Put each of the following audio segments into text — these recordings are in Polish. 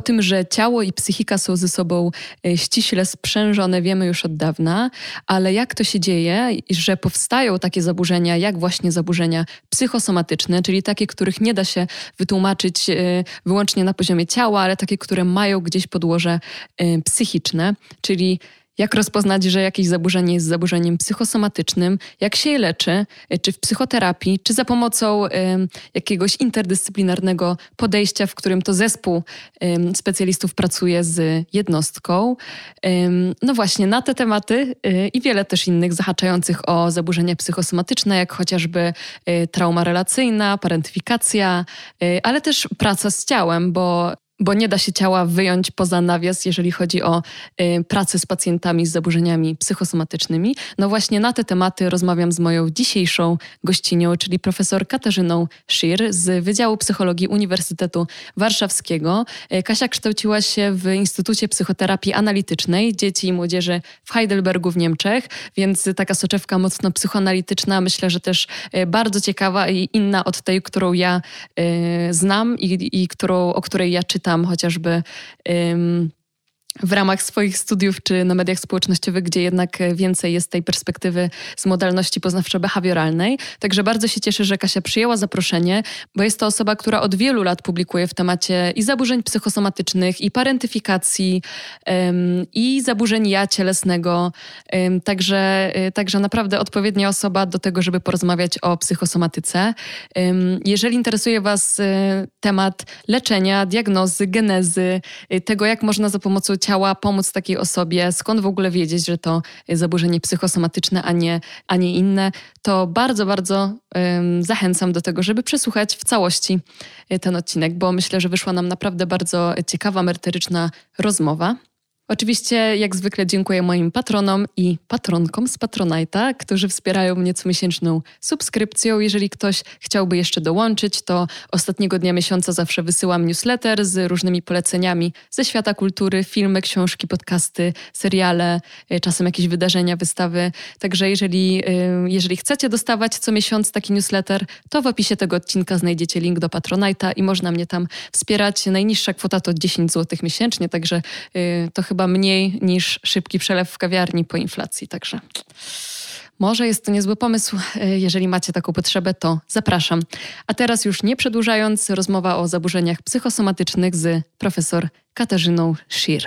tym, że ciało i psychika są ze sobą ściśle sprzężone, wiemy już od dawna, ale jak to się dzieje, że powstają takie zaburzenia, jak właśnie zaburzenia psychosomatyczne, czyli takie, których nie da się wytłumaczyć wyłącznie na poziomie ciała, ale takie, które mają gdzieś podłoże psychiczne, czyli jak rozpoznać, że jakieś zaburzenie jest zaburzeniem psychosomatycznym, jak się je leczy, czy w psychoterapii, czy za pomocą jakiegoś interdyscyplinarnego podejścia, w którym to zespół specjalistów pracuje z jednostką. No właśnie, na te tematy i wiele też innych zahaczających o zaburzenia psychosomatyczne, jak chociażby trauma relacyjna, parentyfikacja, ale też praca z ciałem, bo nie da się ciała wyjąć poza nawias, jeżeli chodzi o pracę z pacjentami z zaburzeniami psychosomatycznymi. No właśnie na te tematy rozmawiam z moją dzisiejszą gościnią, czyli profesor Katarzyną Schir z Wydziału Psychologii Uniwersytetu Warszawskiego. Kasia kształciła się w Instytucie Psychoterapii Analitycznej Dzieci i Młodzieży w Heidelbergu w Niemczech, więc taka soczewka mocno psychoanalityczna, myślę, że też bardzo ciekawa i inna od tej, którą ja znam i o której ja czytam chociażby w ramach swoich studiów czy na mediach społecznościowych, gdzie jednak więcej jest tej perspektywy z modalności poznawczo-behawioralnej. Także bardzo się cieszę, że Kasia przyjęła zaproszenie, bo jest to osoba, która od wielu lat publikuje w temacie i zaburzeń psychosomatycznych, i parentyfikacji, i zaburzeń ja cielesnego. Także naprawdę odpowiednia osoba do tego, żeby porozmawiać o psychosomatyce. Jeżeli interesuje Was temat leczenia, diagnozy, genezy, tego, jak można za pomocą ciała pomóc takiej osobie, skąd w ogóle wiedzieć, że to zaburzenie psychosomatyczne, a nie inne, to bardzo, bardzo zachęcam do tego, żeby przesłuchać w całości ten odcinek, bo myślę, że wyszła nam naprawdę bardzo ciekawa, merytoryczna rozmowa. Oczywiście, jak zwykle, dziękuję moim patronom i patronkom z Patronite'a, którzy wspierają mnie comiesięczną subskrypcją. Jeżeli ktoś chciałby jeszcze dołączyć, to ostatniego dnia miesiąca zawsze wysyłam newsletter z różnymi poleceniami ze świata kultury, filmy, książki, podcasty, seriale, czasem jakieś wydarzenia, wystawy. Także jeżeli chcecie dostawać co miesiąc taki newsletter, to w opisie tego odcinka znajdziecie link do Patronite'a i można mnie tam wspierać. Najniższa kwota to 10 zł miesięcznie, także to chyba mniej niż szybki przelew w kawiarni po inflacji. Także może jest to niezły pomysł. Jeżeli macie taką potrzebę, to zapraszam. A teraz już nie przedłużając, rozmowa o zaburzeniach psychosomatycznych z profesor Katarzyną Schir.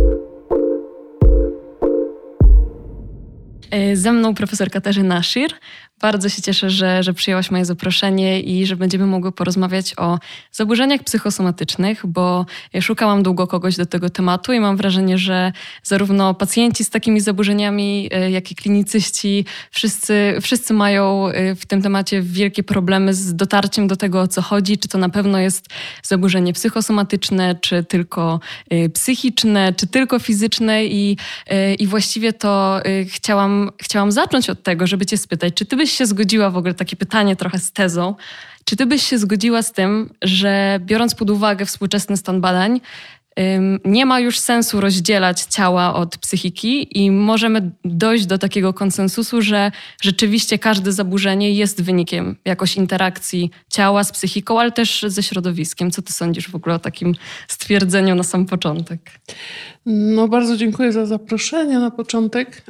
Ze mną profesor Katarzyna Schir. Bardzo się cieszę, że przyjęłaś moje zaproszenie i że będziemy mogły porozmawiać o zaburzeniach psychosomatycznych, bo szukałam długo kogoś do tego tematu i mam wrażenie, że zarówno pacjenci z takimi zaburzeniami, jak i klinicyści, wszyscy mają w tym temacie wielkie problemy z dotarciem do tego, o co chodzi, czy to na pewno jest zaburzenie psychosomatyczne, czy tylko psychiczne, czy tylko fizyczne i właściwie to chciałam zacząć od tego, żeby cię spytać, czy ty byś się zgodziła, w ogóle takie pytanie trochę z tezą, czy ty byś się zgodziła z tym, że biorąc pod uwagę współczesny stan badań, nie ma już sensu rozdzielać ciała od psychiki i możemy dojść do takiego konsensusu, że rzeczywiście każde zaburzenie jest wynikiem jakoś interakcji ciała z psychiką, ale też ze środowiskiem. Co ty sądzisz w ogóle o takim stwierdzeniu na sam początek? No bardzo dziękuję za zaproszenie na początek.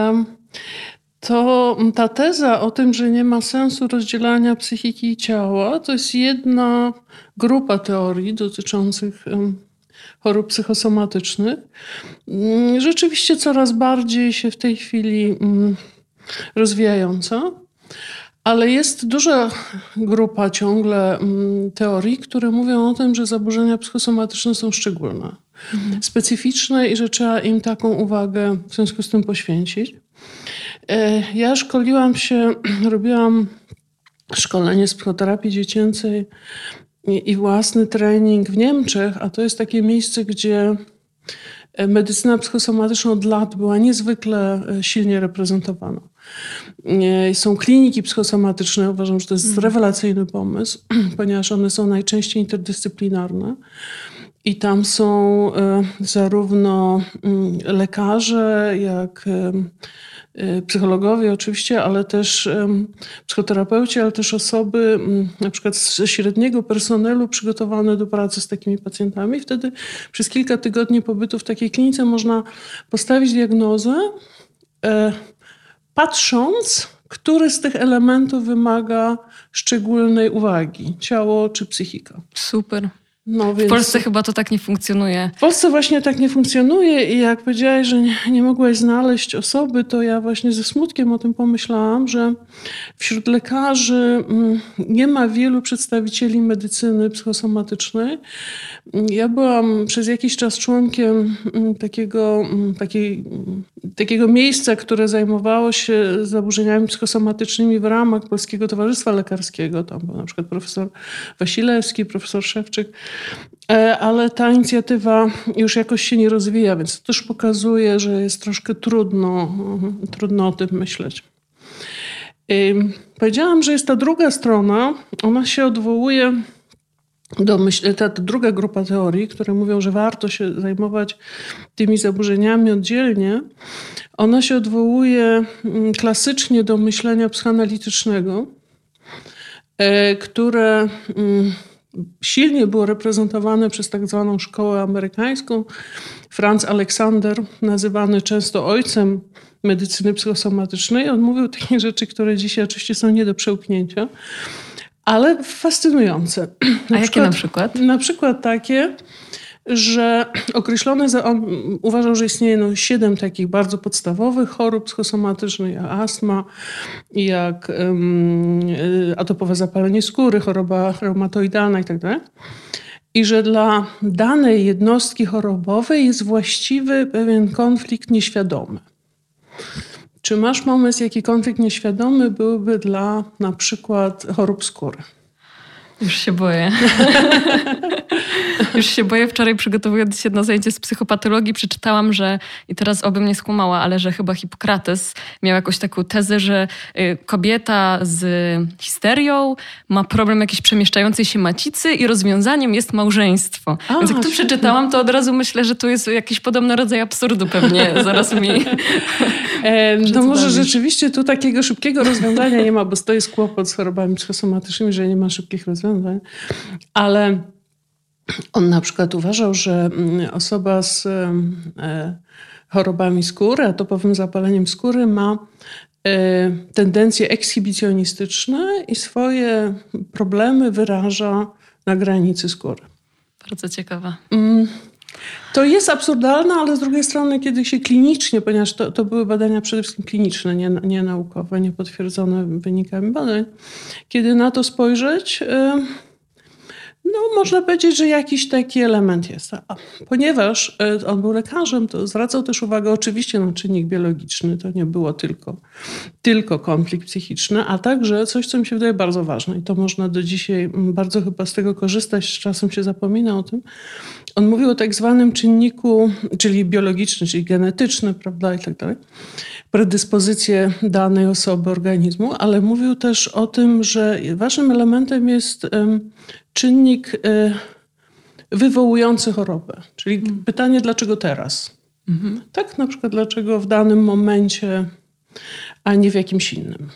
To ta teza o tym, że nie ma sensu rozdzielania psychiki i ciała, to jest jedna grupa teorii dotyczących chorób psychosomatycznych. Rzeczywiście coraz bardziej się w tej chwili rozwijająca, ale jest duża grupa ciągle teorii, które mówią o tym, że zaburzenia psychosomatyczne są szczególne, specyficzne i że trzeba im taką uwagę w związku z tym poświęcić. Ja szkoliłam się, robiłam szkolenie z psychoterapii dziecięcej i własny trening w Niemczech, a to jest takie miejsce, gdzie medycyna psychosomatyczna od lat była niezwykle silnie reprezentowana. Są kliniki psychosomatyczne, uważam, że to jest rewelacyjny pomysł, ponieważ one są najczęściej interdyscyplinarne. I tam są zarówno lekarze, jak psychologowie oczywiście, ale też psychoterapeuci, ale też osoby na przykład ze średniego personelu przygotowane do pracy z takimi pacjentami. Wtedy przez kilka tygodni pobytu w takiej klinice można postawić diagnozę, patrząc, który z tych elementów wymaga szczególnej uwagi, ciało czy psychika. Super. No, w Polsce chyba to tak nie funkcjonuje. W Polsce właśnie tak nie funkcjonuje i jak powiedziałaś, że nie mogłaś znaleźć osoby, to ja właśnie ze smutkiem o tym pomyślałam, że wśród lekarzy nie ma wielu przedstawicieli medycyny psychosomatycznej. Ja byłam przez jakiś czas członkiem takiego miejsca, które zajmowało się zaburzeniami psychosomatycznymi w ramach Polskiego Towarzystwa Lekarskiego. Tam był na przykład profesor Wasilewski, profesor Szewczyk. Ale ta inicjatywa już jakoś się nie rozwija, więc to też pokazuje, że jest troszkę trudno o tym myśleć. Powiedziałam, że jest ta druga strona, ona się odwołuje ta druga grupa teorii, które mówią, że warto się zajmować tymi zaburzeniami oddzielnie. Ona się odwołuje klasycznie do myślenia psychoanalitycznego, które silnie było reprezentowane przez tak zwaną szkołę amerykańską. Franz Alexander, nazywany często ojcem medycyny psychosomatycznej, on mówił takie rzeczy, które dzisiaj oczywiście są nie do przełknięcia, ale fascynujące. Jakie na przykład? Na przykład takie, że on uważał, że istnieje 7 takich bardzo podstawowych chorób psychosomatycznych, jak astma, jak atopowe zapalenie skóry, choroba reumatoidalna itd. I że dla danej jednostki chorobowej jest właściwy pewien konflikt nieświadomy. Czy masz pomysł, jaki konflikt nieświadomy byłby dla na przykład chorób skóry? Już się boję. Już się boję. Wczoraj przygotowując się na zajęcie z psychopatologii przeczytałam, że, i teraz obym nie skłamała, ale że chyba Hipokrates miał jakąś taką tezę, że kobieta z histerią ma problem jakiejś przemieszczającej się macicy i rozwiązaniem jest małżeństwo. Więc jak to przeczytałam, to od razu myślę, że tu jest jakiś podobny rodzaj absurdu pewnie. Zaraz mi... No może rzeczywiście tu takiego szybkiego rozwiązania nie ma, bo to jest kłopot z chorobami psychosomatycznymi, że nie ma szybkich rozwiązań. Ale on na przykład uważał, że osoba z chorobami skóry, atopowym zapaleniem skóry ma tendencje ekshibicjonistyczne i swoje problemy wyraża na granicy skóry. Bardzo ciekawa. To jest absurdalne, ale z drugiej strony, kiedy się klinicznie, ponieważ to były badania przede wszystkim kliniczne, nie naukowe, nie potwierdzone wynikami badań, kiedy na to spojrzeć, można powiedzieć, że jakiś taki element jest. A ponieważ on był lekarzem, to zwracał też uwagę oczywiście na czynnik biologiczny. To nie było tylko konflikt psychiczny, a także coś, co mi się wydaje bardzo ważne i to można do dzisiaj bardzo chyba z tego korzystać, czasem się zapomina o tym. On mówił o tak zwanym czynniku, czyli biologiczny, czyli genetyczny, prawda, i tak dalej, predyspozycje danej osoby, organizmu, ale mówił też o tym, że ważnym elementem jest czynnik wywołujący chorobę. Czyli pytanie, dlaczego teraz? Tak, na przykład dlaczego w danym momencie, a nie w jakimś innym.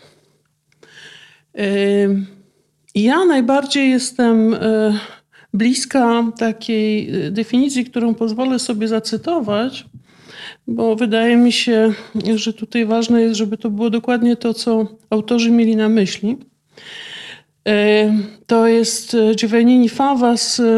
Ja najbardziej jestem bliska takiej definicji, którą pozwolę sobie zacytować, bo wydaje mi się, że tutaj ważne jest, żeby to było dokładnie to, co autorzy mieli na myśli. To jest Giovannini Fava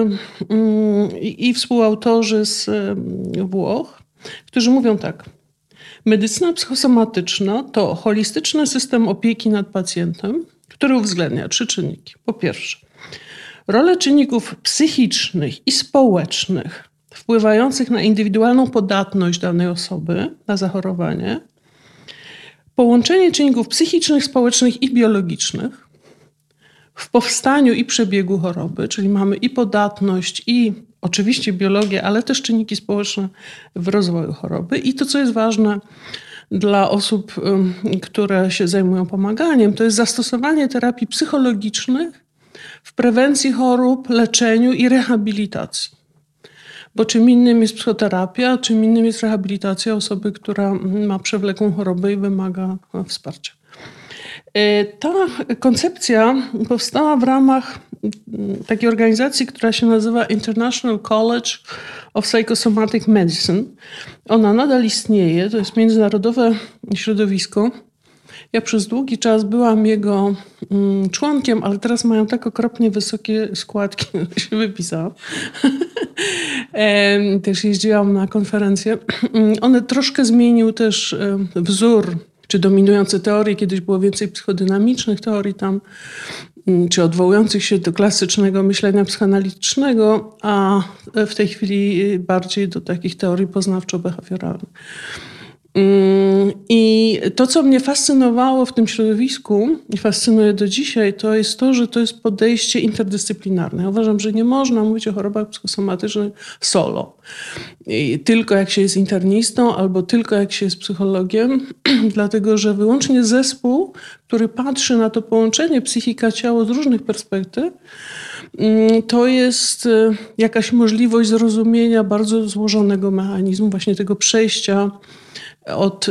i współautorzy z Włoch, którzy mówią tak. Medycyna psychosomatyczna to holistyczny system opieki nad pacjentem, który uwzględnia 3 czynniki. Po pierwsze, rolę czynników psychicznych i społecznych wpływających na indywidualną podatność danej osoby na zachorowanie, połączenie czynników psychicznych, społecznych i biologicznych w powstaniu i przebiegu choroby, czyli mamy i podatność, i oczywiście biologię, ale też czynniki społeczne w rozwoju choroby. I to, co jest ważne dla osób, które się zajmują pomaganiem, to jest zastosowanie terapii psychologicznych w prewencji chorób, leczeniu i rehabilitacji. Bo czym innym jest psychoterapia, czym innym jest rehabilitacja osoby, która ma przewlekłą chorobę i wymaga wsparcia. Ta koncepcja powstała w ramach takiej organizacji, która się nazywa International College of Psychosomatic Medicine. Ona nadal istnieje, to jest międzynarodowe środowisko. Ja przez długi czas byłam jego członkiem, ale teraz mają tak okropnie wysokie składki, że się wypisałam. Też jeździłam na konferencje. One troszkę zmienił też wzór, czy dominujące teorie. Kiedyś było więcej psychodynamicznych teorii tam, czy odwołujących się do klasycznego myślenia psychoanalitycznego, a w tej chwili bardziej do takich teorii poznawczo-behawioralnych. I to, co mnie fascynowało w tym środowisku i fascynuje do dzisiaj, to jest to, że to jest podejście interdyscyplinarne. Ja uważam, że nie można mówić o chorobach psychosomatycznych solo. I tylko jak się jest internistą albo tylko jak się jest psychologiem, dlatego że wyłącznie zespół, który patrzy na to połączenie psychika-ciało z różnych perspektyw, to jest jakaś możliwość zrozumienia bardzo złożonego mechanizmu, właśnie tego przejścia od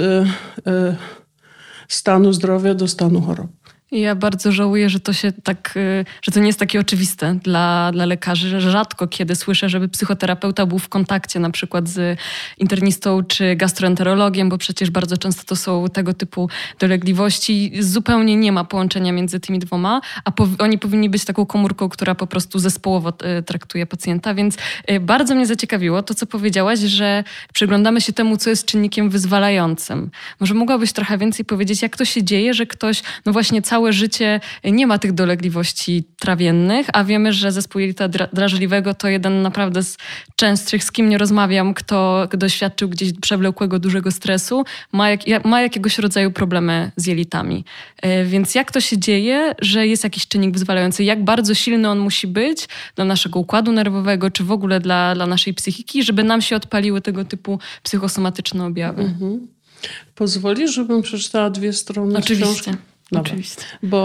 stanu zdrowia do stanu choroby. Ja bardzo żałuję, że to się tak, że to nie jest takie oczywiste dla lekarzy. Rzadko kiedy słyszę, żeby psychoterapeuta był w kontakcie na przykład z internistą czy gastroenterologiem, bo przecież bardzo często to są tego typu dolegliwości. Zupełnie nie ma połączenia między tymi dwoma, a oni powinni być taką komórką, która po prostu zespołowo traktuje pacjenta. Więc bardzo mnie zaciekawiło to, co powiedziałaś, że przyglądamy się temu, co jest czynnikiem wyzwalającym. Może mogłabyś trochę więcej powiedzieć, jak to się dzieje, że ktoś, no właśnie całe życie nie ma tych dolegliwości trawiennych, a wiemy, że zespół jelita drażliwego to jeden naprawdę z częstszych, z kim nie rozmawiam, kto doświadczył gdzieś przewlekłego, dużego stresu, ma jakiegoś rodzaju problemy z jelitami. Więc jak to się dzieje, że jest jakiś czynnik wyzwalający? Jak bardzo silny on musi być dla naszego układu nerwowego, czy w ogóle dla naszej psychiki, żeby nam się odpaliły tego typu psychosomatyczne objawy? Mhm. Pozwolisz, żebym przeczytała 2 strony Oczywiście. książki? Dobra. Oczywiście.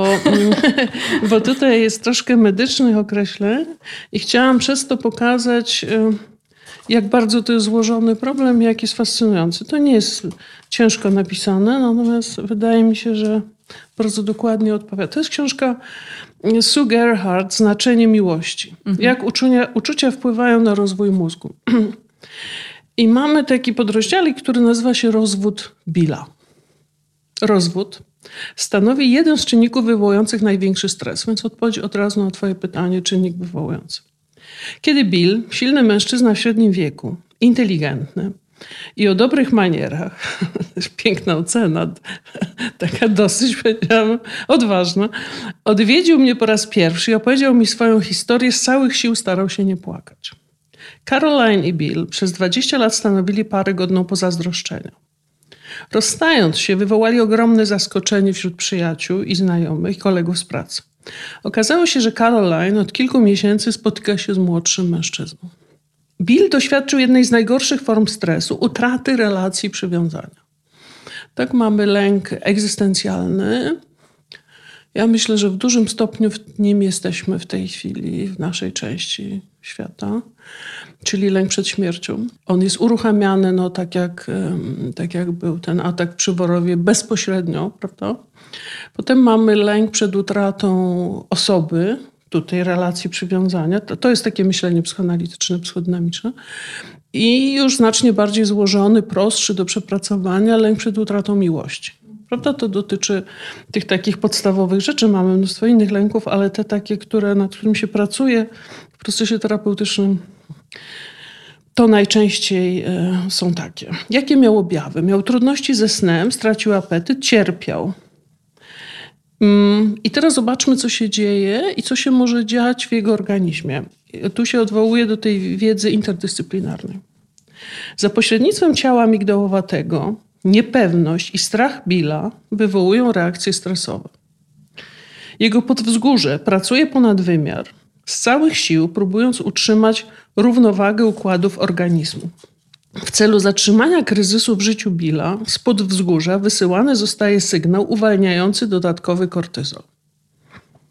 Bo tutaj jest troszkę medycznych określeń i chciałam przez to pokazać, jak bardzo to jest złożony problem i jak jest fascynujący. To nie jest ciężko napisane, natomiast wydaje mi się, że bardzo dokładnie odpowiada. To jest książka Sue Gerhardt, Znaczenie miłości. Jak uczucia wpływają na rozwój mózgu. I mamy taki podrozdziałek, który nazywa się rozwód Billa. Rozwód stanowi jeden z czynników wywołujących największy stres, więc odpowiedź od razu na twoje pytanie, czynnik wywołujący. Kiedy Bill, silny mężczyzna w średnim wieku, inteligentny i o dobrych manierach, piękna ocena, taka dosyć, powiedziałam, odważna, odwiedził mnie po raz pierwszy i opowiedział mi swoją historię, z całych sił starał się nie płakać. Caroline i Bill przez 20 lat stanowili parę godną pozazdroszczenia. Rozstając się, wywołali ogromne zaskoczenie wśród przyjaciół i znajomych, kolegów z pracy. Okazało się, że Caroline od kilku miesięcy spotyka się z młodszym mężczyzną. Bill doświadczył jednej z najgorszych form stresu, utraty relacji przywiązania. Tak mamy lęk egzystencjalny. Ja myślę, że w dużym stopniu w nim jesteśmy w tej chwili, w naszej części świata, czyli lęk przed śmiercią. On jest uruchamiany, tak jak był ten atak przy Borowie, bezpośrednio, prawda? Potem mamy lęk przed utratą osoby, tutaj relacji przywiązania. To jest takie myślenie psychoanalityczne, psychodynamiczne. I już znacznie bardziej złożony, prostszy do przepracowania, lęk przed utratą miłości. Prawda? To dotyczy tych takich podstawowych rzeczy. Mamy mnóstwo innych lęków, ale te takie, nad którymi się pracuje w procesie terapeutycznym, to najczęściej są takie. Jakie miał objawy? Miał trudności ze snem, stracił apetyt, cierpiał. I teraz zobaczmy, co się dzieje i co się może dziać w jego organizmie. Tu się odwołuję do tej wiedzy interdyscyplinarnej. Za pośrednictwem ciała migdałowatego niepewność i strach Billa wywołują reakcje stresowe. Jego podwzgórze pracuje ponad wymiar, z całych sił próbując utrzymać równowagę układów organizmu. W celu zatrzymania kryzysu w życiu Billa z podwzgórza wysyłany zostaje sygnał uwalniający dodatkowy kortyzol.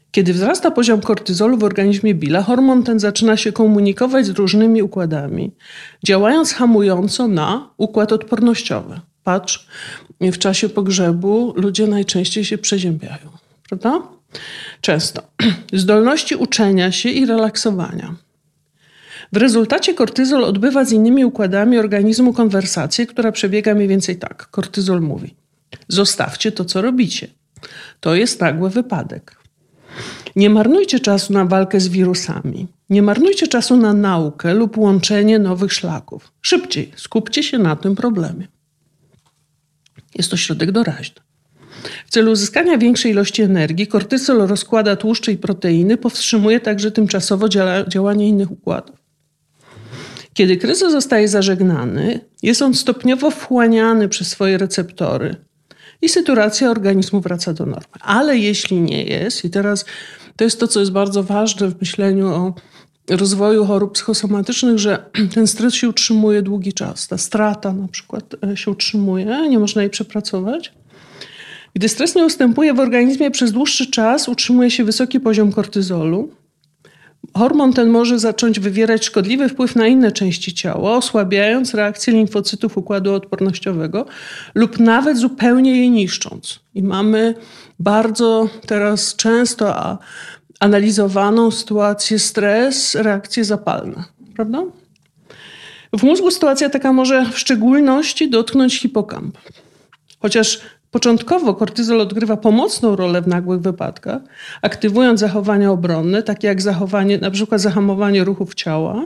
Kiedy wzrasta poziom kortyzolu w organizmie Billa, hormon ten zaczyna się komunikować z różnymi układami, działając hamująco na układ odpornościowy. Patrz, w czasie pogrzebu ludzie najczęściej się przeziębiają, prawda? Często. Zdolności uczenia się i relaksowania. W rezultacie kortyzol odbywa z innymi układami organizmu konwersację, która przebiega mniej więcej tak. Kortyzol mówi: zostawcie to, co robicie. To jest nagły wypadek. Nie marnujcie czasu na walkę z wirusami. Nie marnujcie czasu na naukę lub łączenie nowych szlaków. Szybciej, skupcie się na tym problemie. Jest to środek doraźny. W celu uzyskania większej ilości energii kortyzol rozkłada tłuszcze i proteiny, powstrzymuje także tymczasowo działanie innych układów. Kiedy kryzys zostaje zażegnany, jest on stopniowo wchłaniany przez swoje receptory i sytuacja organizmu wraca do normy. Ale jeśli nie jest, i teraz to jest to, co jest bardzo ważne w myśleniu o rozwoju chorób psychosomatycznych, że ten stres się utrzymuje długi czas. Ta strata na przykład się utrzymuje, nie można jej przepracować. Gdy stres nie ustępuje w organizmie przez dłuższy czas, utrzymuje się wysoki poziom kortyzolu. Hormon ten może zacząć wywierać szkodliwy wpływ na inne części ciała, osłabiając reakcję limfocytów układu odpornościowego lub nawet zupełnie je niszcząc. I mamy bardzo teraz często analizowaną sytuację stres, reakcje zapalne, prawda? W mózgu sytuacja taka może w szczególności dotknąć hipokamp. Chociaż początkowo kortyzol odgrywa pomocną rolę w nagłych wypadkach, aktywując zachowania obronne, takie jak na przykład zahamowanie ruchów ciała,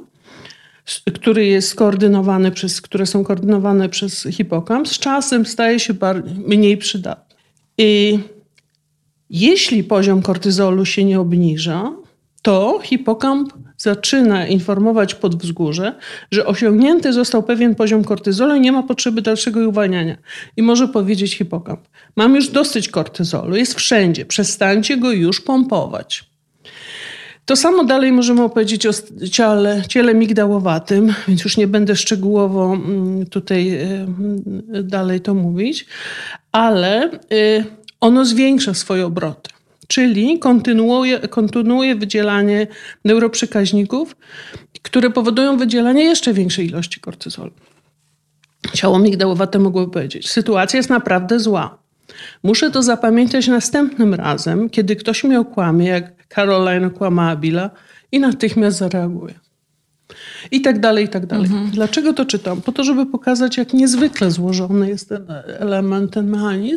które są koordynowane przez hipokamp, z czasem staje się mniej przydatny. I jeśli poziom kortyzolu się nie obniża, to hipokamp zaczyna informować podwzgórze, że osiągnięty został pewien poziom kortyzolu i nie ma potrzeby dalszego uwalniania. I może powiedzieć hipokamp: mam już dosyć kortyzolu, jest wszędzie, przestańcie go już pompować. To samo dalej możemy opowiedzieć o ciele migdałowatym, więc już nie będę szczegółowo tutaj dalej to mówić, ale ono zwiększa swoje obroty. Czyli kontynuuje wydzielanie neuroprzekaźników, które powodują wydzielanie jeszcze większej ilości kortyzolu. Ciało migdałowate mogłoby powiedzieć: sytuacja jest naprawdę zła. Muszę to zapamiętać następnym razem, kiedy ktoś mnie okłamie, jak Caroline okłamała Billa, i natychmiast zareaguje. I tak dalej, i tak dalej. Dlaczego to czytam? Po to, żeby pokazać, jak niezwykle złożony jest ten element, ten mechanizm,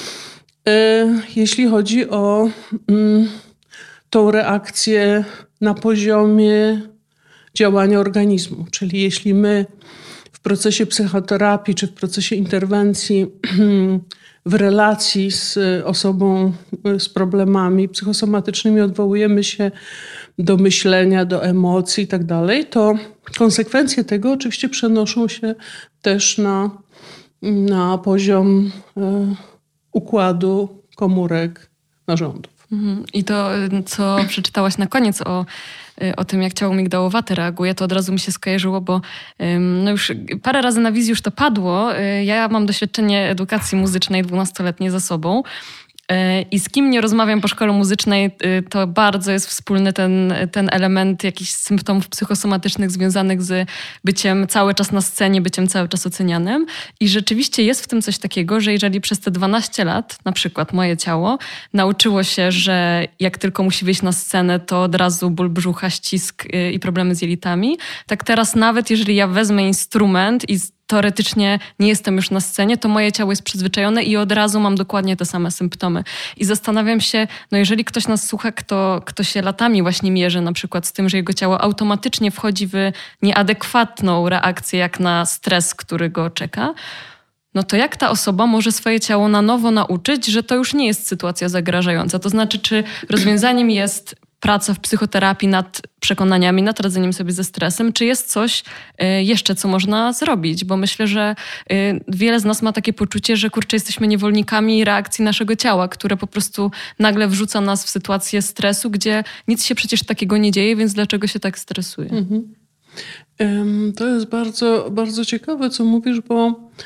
jeśli chodzi o tą reakcję na poziomie działania organizmu. Czyli jeśli my w procesie psychoterapii czy w procesie interwencji w relacji z osobą z problemami psychosomatycznymi odwołujemy się do myślenia, do emocji i tak dalej, to konsekwencje tego oczywiście przenoszą się też na poziom układu komórek narządów. I to, co przeczytałaś na koniec o tym, jak ciało migdałowate reaguje, to od razu mi się skojarzyło, bo no już parę razy na wizji już to padło. Ja mam doświadczenie edukacji muzycznej 12-letniej za sobą. I z kim nie rozmawiam po szkole muzycznej, to bardzo jest wspólny ten element jakichś symptomów psychosomatycznych związanych z byciem cały czas na scenie, byciem cały czas ocenianym. I rzeczywiście jest w tym coś takiego, że jeżeli przez te 12 lat, na przykład moje ciało, nauczyło się, że jak tylko musi wyjść na scenę, to od razu ból brzucha, ścisk i problemy z jelitami, tak teraz nawet jeżeli ja wezmę instrument i teoretycznie nie jestem już na scenie, to moje ciało jest przyzwyczajone i od razu mam dokładnie te same symptomy. I zastanawiam się, no jeżeli ktoś nas słucha, kto się latami właśnie mierzy na przykład z tym, że jego ciało automatycznie wchodzi w nieadekwatną reakcję jak na stres, który go czeka, no to jak ta osoba może swoje ciało na nowo nauczyć, że to już nie jest sytuacja zagrażająca? To znaczy, czy rozwiązaniem jest praca w psychoterapii nad przekonaniami, nad radzeniem sobie ze stresem, czy jest coś jeszcze, co można zrobić? Bo myślę, że wiele z nas ma takie poczucie, że jesteśmy niewolnikami reakcji naszego ciała, które po prostu nagle wrzuca nas w sytuację stresu, gdzie nic się przecież takiego nie dzieje, więc dlaczego się tak stresuje? To jest bardzo, bardzo ciekawe, co mówisz, bo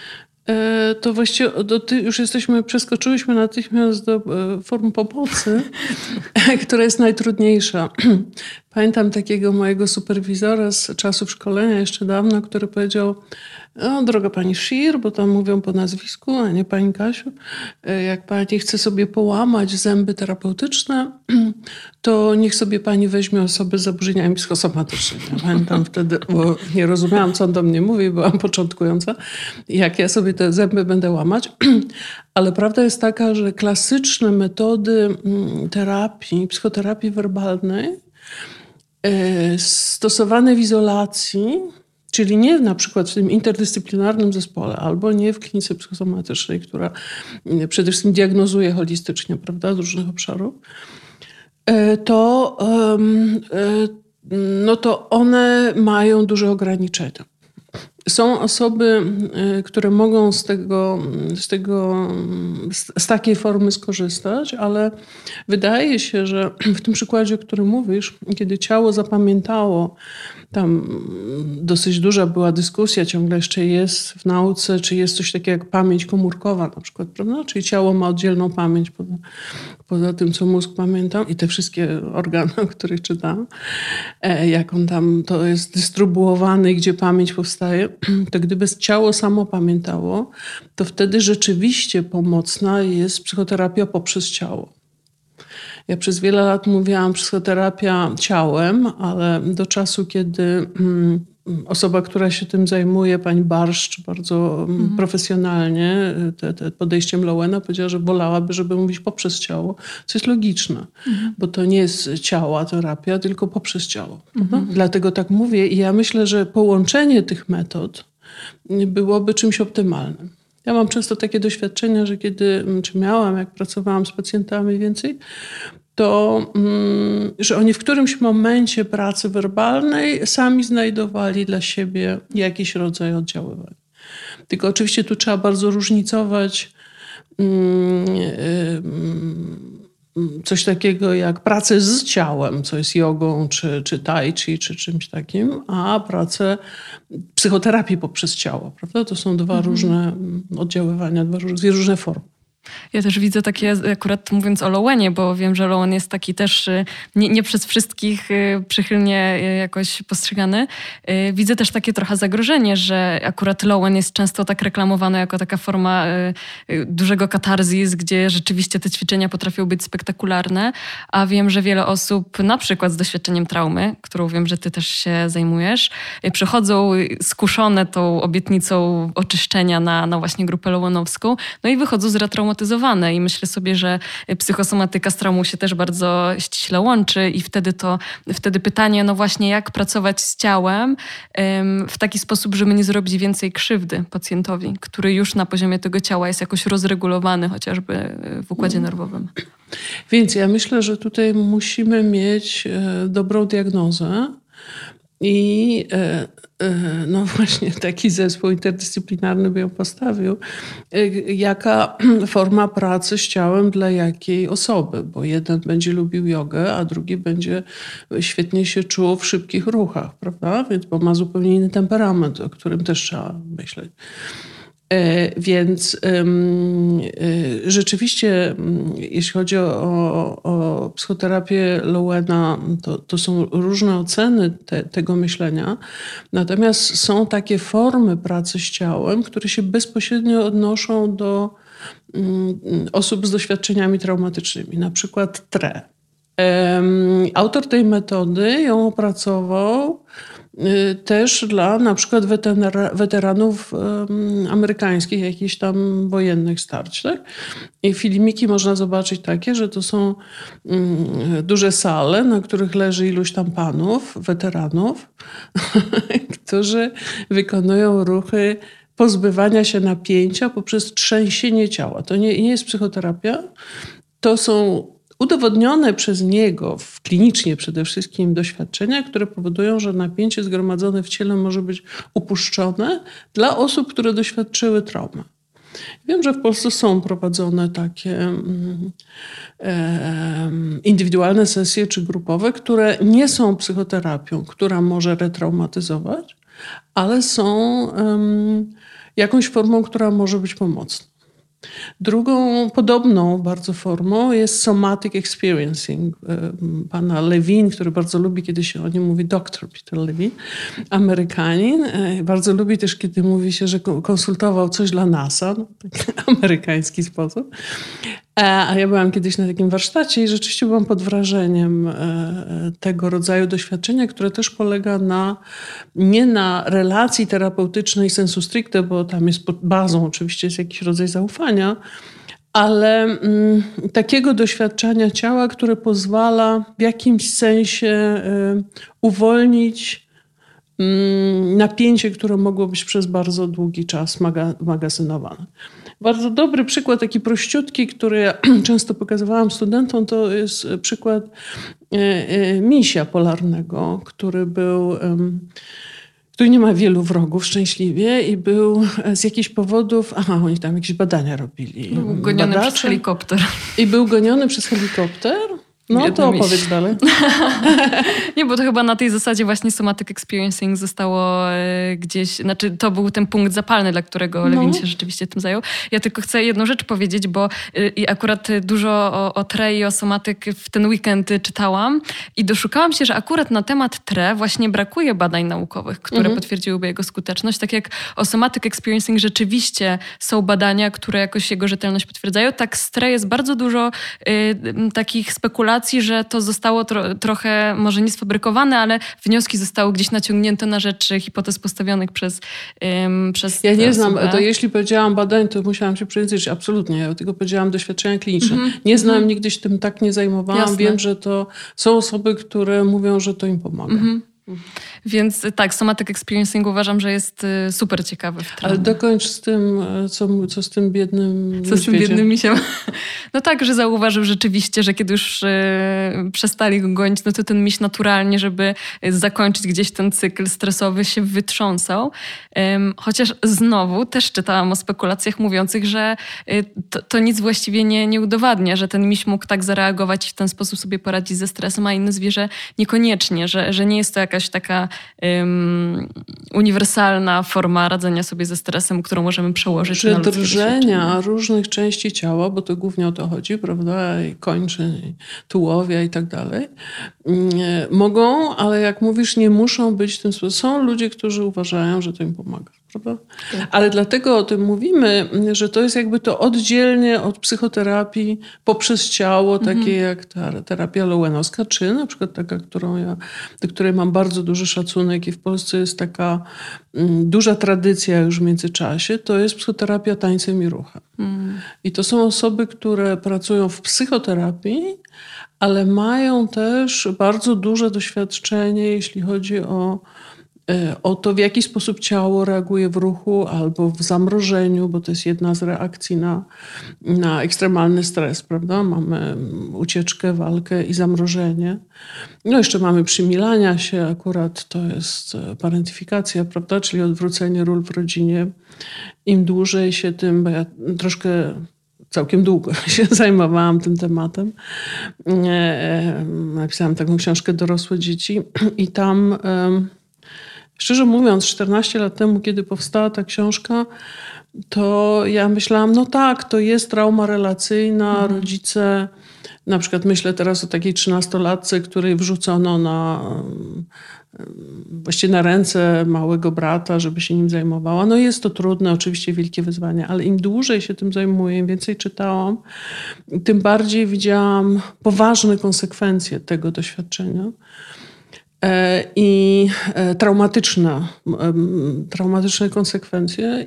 To właściwie już przeskoczyłyśmy natychmiast do form pomocy, która jest najtrudniejsza. Pamiętam takiego mojego superwizora z czasów szkolenia jeszcze dawno, który powiedział: droga pani Shir, bo tam mówią po nazwisku, a nie pani Kasiu, jak pani chce sobie połamać zęby terapeutyczne, to niech sobie pani weźmie osobę z zaburzeniami psychosomatycznymi. Ja pamiętam wtedy, bo nie rozumiałam, co on do mnie mówi, byłam początkująca, jak ja sobie te zęby będę łamać. Ale prawda jest taka, że klasyczne metody terapii, psychoterapii werbalnej, stosowane w izolacji, czyli nie na przykład w tym interdyscyplinarnym zespole, albo nie w klinice psychosomatycznej, która przede wszystkim diagnozuje holistycznie, prawda, z różnych obszarów, to one mają duże ograniczenia. Są osoby, które mogą z takiej formy skorzystać, ale wydaje się, że w tym przykładzie, o którym mówisz, kiedy ciało zapamiętało, tam dosyć duża była dyskusja, ciągle jeszcze jest w nauce, czy jest coś takiego jak pamięć komórkowa na przykład, prawda? Czyli ciało ma oddzielną pamięć poza tym, co mózg pamięta i te wszystkie organy, o których czytałam, jak on tam to jest dystrybuowany, gdzie pamięć powstaje, to gdyby ciało samo pamiętało, to wtedy rzeczywiście pomocna jest psychoterapia poprzez ciało. Ja przez wiele lat mówiłam psychoterapia ciałem, ale do czasu, kiedy osoba, która się tym zajmuje, pani Barszcz, bardzo profesjonalnie, podejściem Lowena, powiedziała, że wolałaby, żeby mówić poprzez ciało, co jest logiczne, bo to nie jest ciała terapia, tylko poprzez ciało. Dlatego tak mówię i ja myślę, że połączenie tych metod byłoby czymś optymalnym. Ja mam często takie doświadczenia, że jak pracowałam z pacjentami więcej, to że oni w którymś momencie pracy werbalnej sami znajdowali dla siebie jakiś rodzaj oddziaływania. Tylko oczywiście tu trzeba bardzo różnicować coś takiego jak pracę z ciałem, co jest jogą, czy tai chi, czy czymś takim, a pracę psychoterapii poprzez ciało. Prawda? To są dwa różne oddziaływania, dwie różne formy. Ja też widzę takie, akurat mówiąc o Lowenie, bo wiem, że Lowen jest taki też nie przez wszystkich przychylnie jakoś postrzegany. Widzę też takie trochę zagrożenie, że akurat Lowen jest często tak reklamowany jako taka forma dużego katarzis, gdzie rzeczywiście te ćwiczenia potrafią być spektakularne, a wiem, że wiele osób, na przykład z doświadczeniem traumy, którą wiem, że ty też się zajmujesz, przychodzą skuszone tą obietnicą oczyszczenia na właśnie grupę lowenowską, no i wychodzą zretraumatyzowane. I myślę sobie, że psychosomatyka z traumą się też bardzo ściśle łączy i wtedy pytanie, no właśnie jak pracować z ciałem w taki sposób, żeby nie zrobić więcej krzywdy pacjentowi, który już na poziomie tego ciała jest jakoś rozregulowany chociażby w układzie nerwowym. Więc ja myślę, że tutaj musimy mieć dobrą diagnozę i no właśnie taki zespół interdyscyplinarny by ją postawił. Jaka forma pracy z ciałem dla jakiej osoby? Bo jeden będzie lubił jogę, a drugi będzie świetnie się czuł w szybkich ruchach, prawda? Bo ma zupełnie inny temperament, o którym też trzeba myśleć. Więc rzeczywiście, jeśli chodzi o psychoterapię Lowena, to są różne oceny tego myślenia. Natomiast są takie formy pracy z ciałem, które się bezpośrednio odnoszą do osób z doświadczeniami traumatycznymi, na przykład TRE. Autor tej metody ją opracował też dla na przykład weteranów amerykańskich, jakichś tam wojennych starć. Tak? I filmiki można zobaczyć takie, że to są duże sale, na których leży iluś tam panów, weteranów, którzy wykonują ruchy pozbywania się napięcia poprzez trzęsienie ciała. To nie jest psychoterapia, to są udowodnione przez niego klinicznie przede wszystkim doświadczenia, które powodują, że napięcie zgromadzone w ciele może być upuszczone dla osób, które doświadczyły traumy. Wiem, że w Polsce są prowadzone takie indywidualne sesje czy grupowe, które nie są psychoterapią, która może retraumatyzować, ale są jakąś formą, która może być pomocna. Drugą podobną bardzo formą jest somatic experiencing pana Levine, który bardzo lubi, kiedy się o nim mówi dr Peter Levine, Amerykanin. Bardzo lubi też, kiedy mówi się, że konsultował coś dla NASA, no, taki amerykański sposób. A ja byłam kiedyś na takim warsztacie i rzeczywiście byłam pod wrażeniem tego rodzaju doświadczenia, które też polega nie na relacji terapeutycznej sensu stricte, bo tam jest pod bazą oczywiście jest jakiś rodzaj zaufania, ale takiego doświadczenia ciała, które pozwala w jakimś sensie uwolnić napięcie, które mogło być przez bardzo długi czas magazynowane. Bardzo dobry przykład, taki prościutki, który ja często pokazywałam studentom, to jest przykład misia polarnego, który nie ma wielu wrogów szczęśliwie i był z jakichś powodów, oni tam jakieś badania robili. Był goniony przez helikopter. I był goniony przez helikopter. No to opowiedz dalej. Nie, bo to chyba na tej zasadzie właśnie somatic experiencing zostało gdzieś, znaczy to był ten punkt zapalny, dla którego Levine się rzeczywiście tym zajął. Ja tylko chcę jedną rzecz powiedzieć, bo i akurat dużo o TRE i o somatyk w ten weekend czytałam i doszukałam się, że akurat na temat TRE właśnie brakuje badań naukowych, które potwierdziłyby jego skuteczność. Tak jak o somatic experiencing rzeczywiście są badania, które jakoś jego rzetelność potwierdzają, tak z TRE jest bardzo dużo takich spekulacji, że to zostało trochę, może nie sfabrykowane, ale wnioski zostały gdzieś naciągnięte na rzecz hipotez postawionych przez Ja nie znam, to jeśli powiedziałam badań, to musiałam się przejęzyczyć. Absolutnie, ja tylko powiedziałam doświadczenia kliniczne. Nie znam, nigdy się tym tak nie zajmowałam. Jasne. Wiem, że to są osoby, które mówią, że to im pomaga. Więc tak, somatic experiencing uważam, że jest super ciekawy. Ale dokończ z tym, co z tym biednym Co z tym biednym misiem? No tak, że zauważył rzeczywiście, że kiedy już przestali go gonić, no to ten miś naturalnie, żeby zakończyć gdzieś ten cykl stresowy, się wytrząsał. Chociaż znowu też czytałam o spekulacjach mówiących, że to nic właściwie nie udowadnia, że ten miś mógł tak zareagować i w ten sposób sobie poradzić ze stresem, a inne zwierzę niekoniecznie, że nie jest to jakaś taka uniwersalna forma radzenia sobie ze stresem, którą możemy przełożyć na ludzkie drżenia różnych części ciała, bo to głównie o to chodzi, prawda, i kończyn, i tułowia i tak dalej, mogą, ale jak mówisz, nie muszą być tym sposobem. Są ludzie, którzy uważają, że to im pomaga. Prawda? Ale dlatego o tym mówimy, że to jest jakby to oddzielnie od psychoterapii poprzez ciało, takie jak terapia lowenowska, czy na przykład taka, do której mam bardzo duży szacunek i w Polsce jest taka duża tradycja już w międzyczasie, to jest psychoterapia tańcem i ruchem. I to są osoby, które pracują w psychoterapii, ale mają też bardzo duże doświadczenie, jeśli chodzi o to, w jaki sposób ciało reaguje w ruchu albo w zamrożeniu, bo to jest jedna z reakcji na ekstremalny stres, prawda? Mamy ucieczkę, walkę i zamrożenie. No jeszcze mamy przymilania się, akurat to jest parentyfikacja, prawda? Czyli odwrócenie ról w rodzinie. Im dłużej się tym, bo ja całkiem długo się zajmowałam tym tematem. Napisałam taką książkę Dorosłe dzieci i tam... Szczerze mówiąc, 14 lat temu, kiedy powstała ta książka, to ja myślałam, no tak, to jest trauma relacyjna, rodzice, na przykład myślę teraz o takiej 13-latce, której wrzucono właściwie na ręce małego brata, żeby się nim zajmowała. No jest to trudne, oczywiście wielkie wyzwanie, ale im dłużej się tym zajmuję, im więcej czytałam, tym bardziej widziałam poważne konsekwencje tego doświadczenia. I traumatyczne konsekwencje.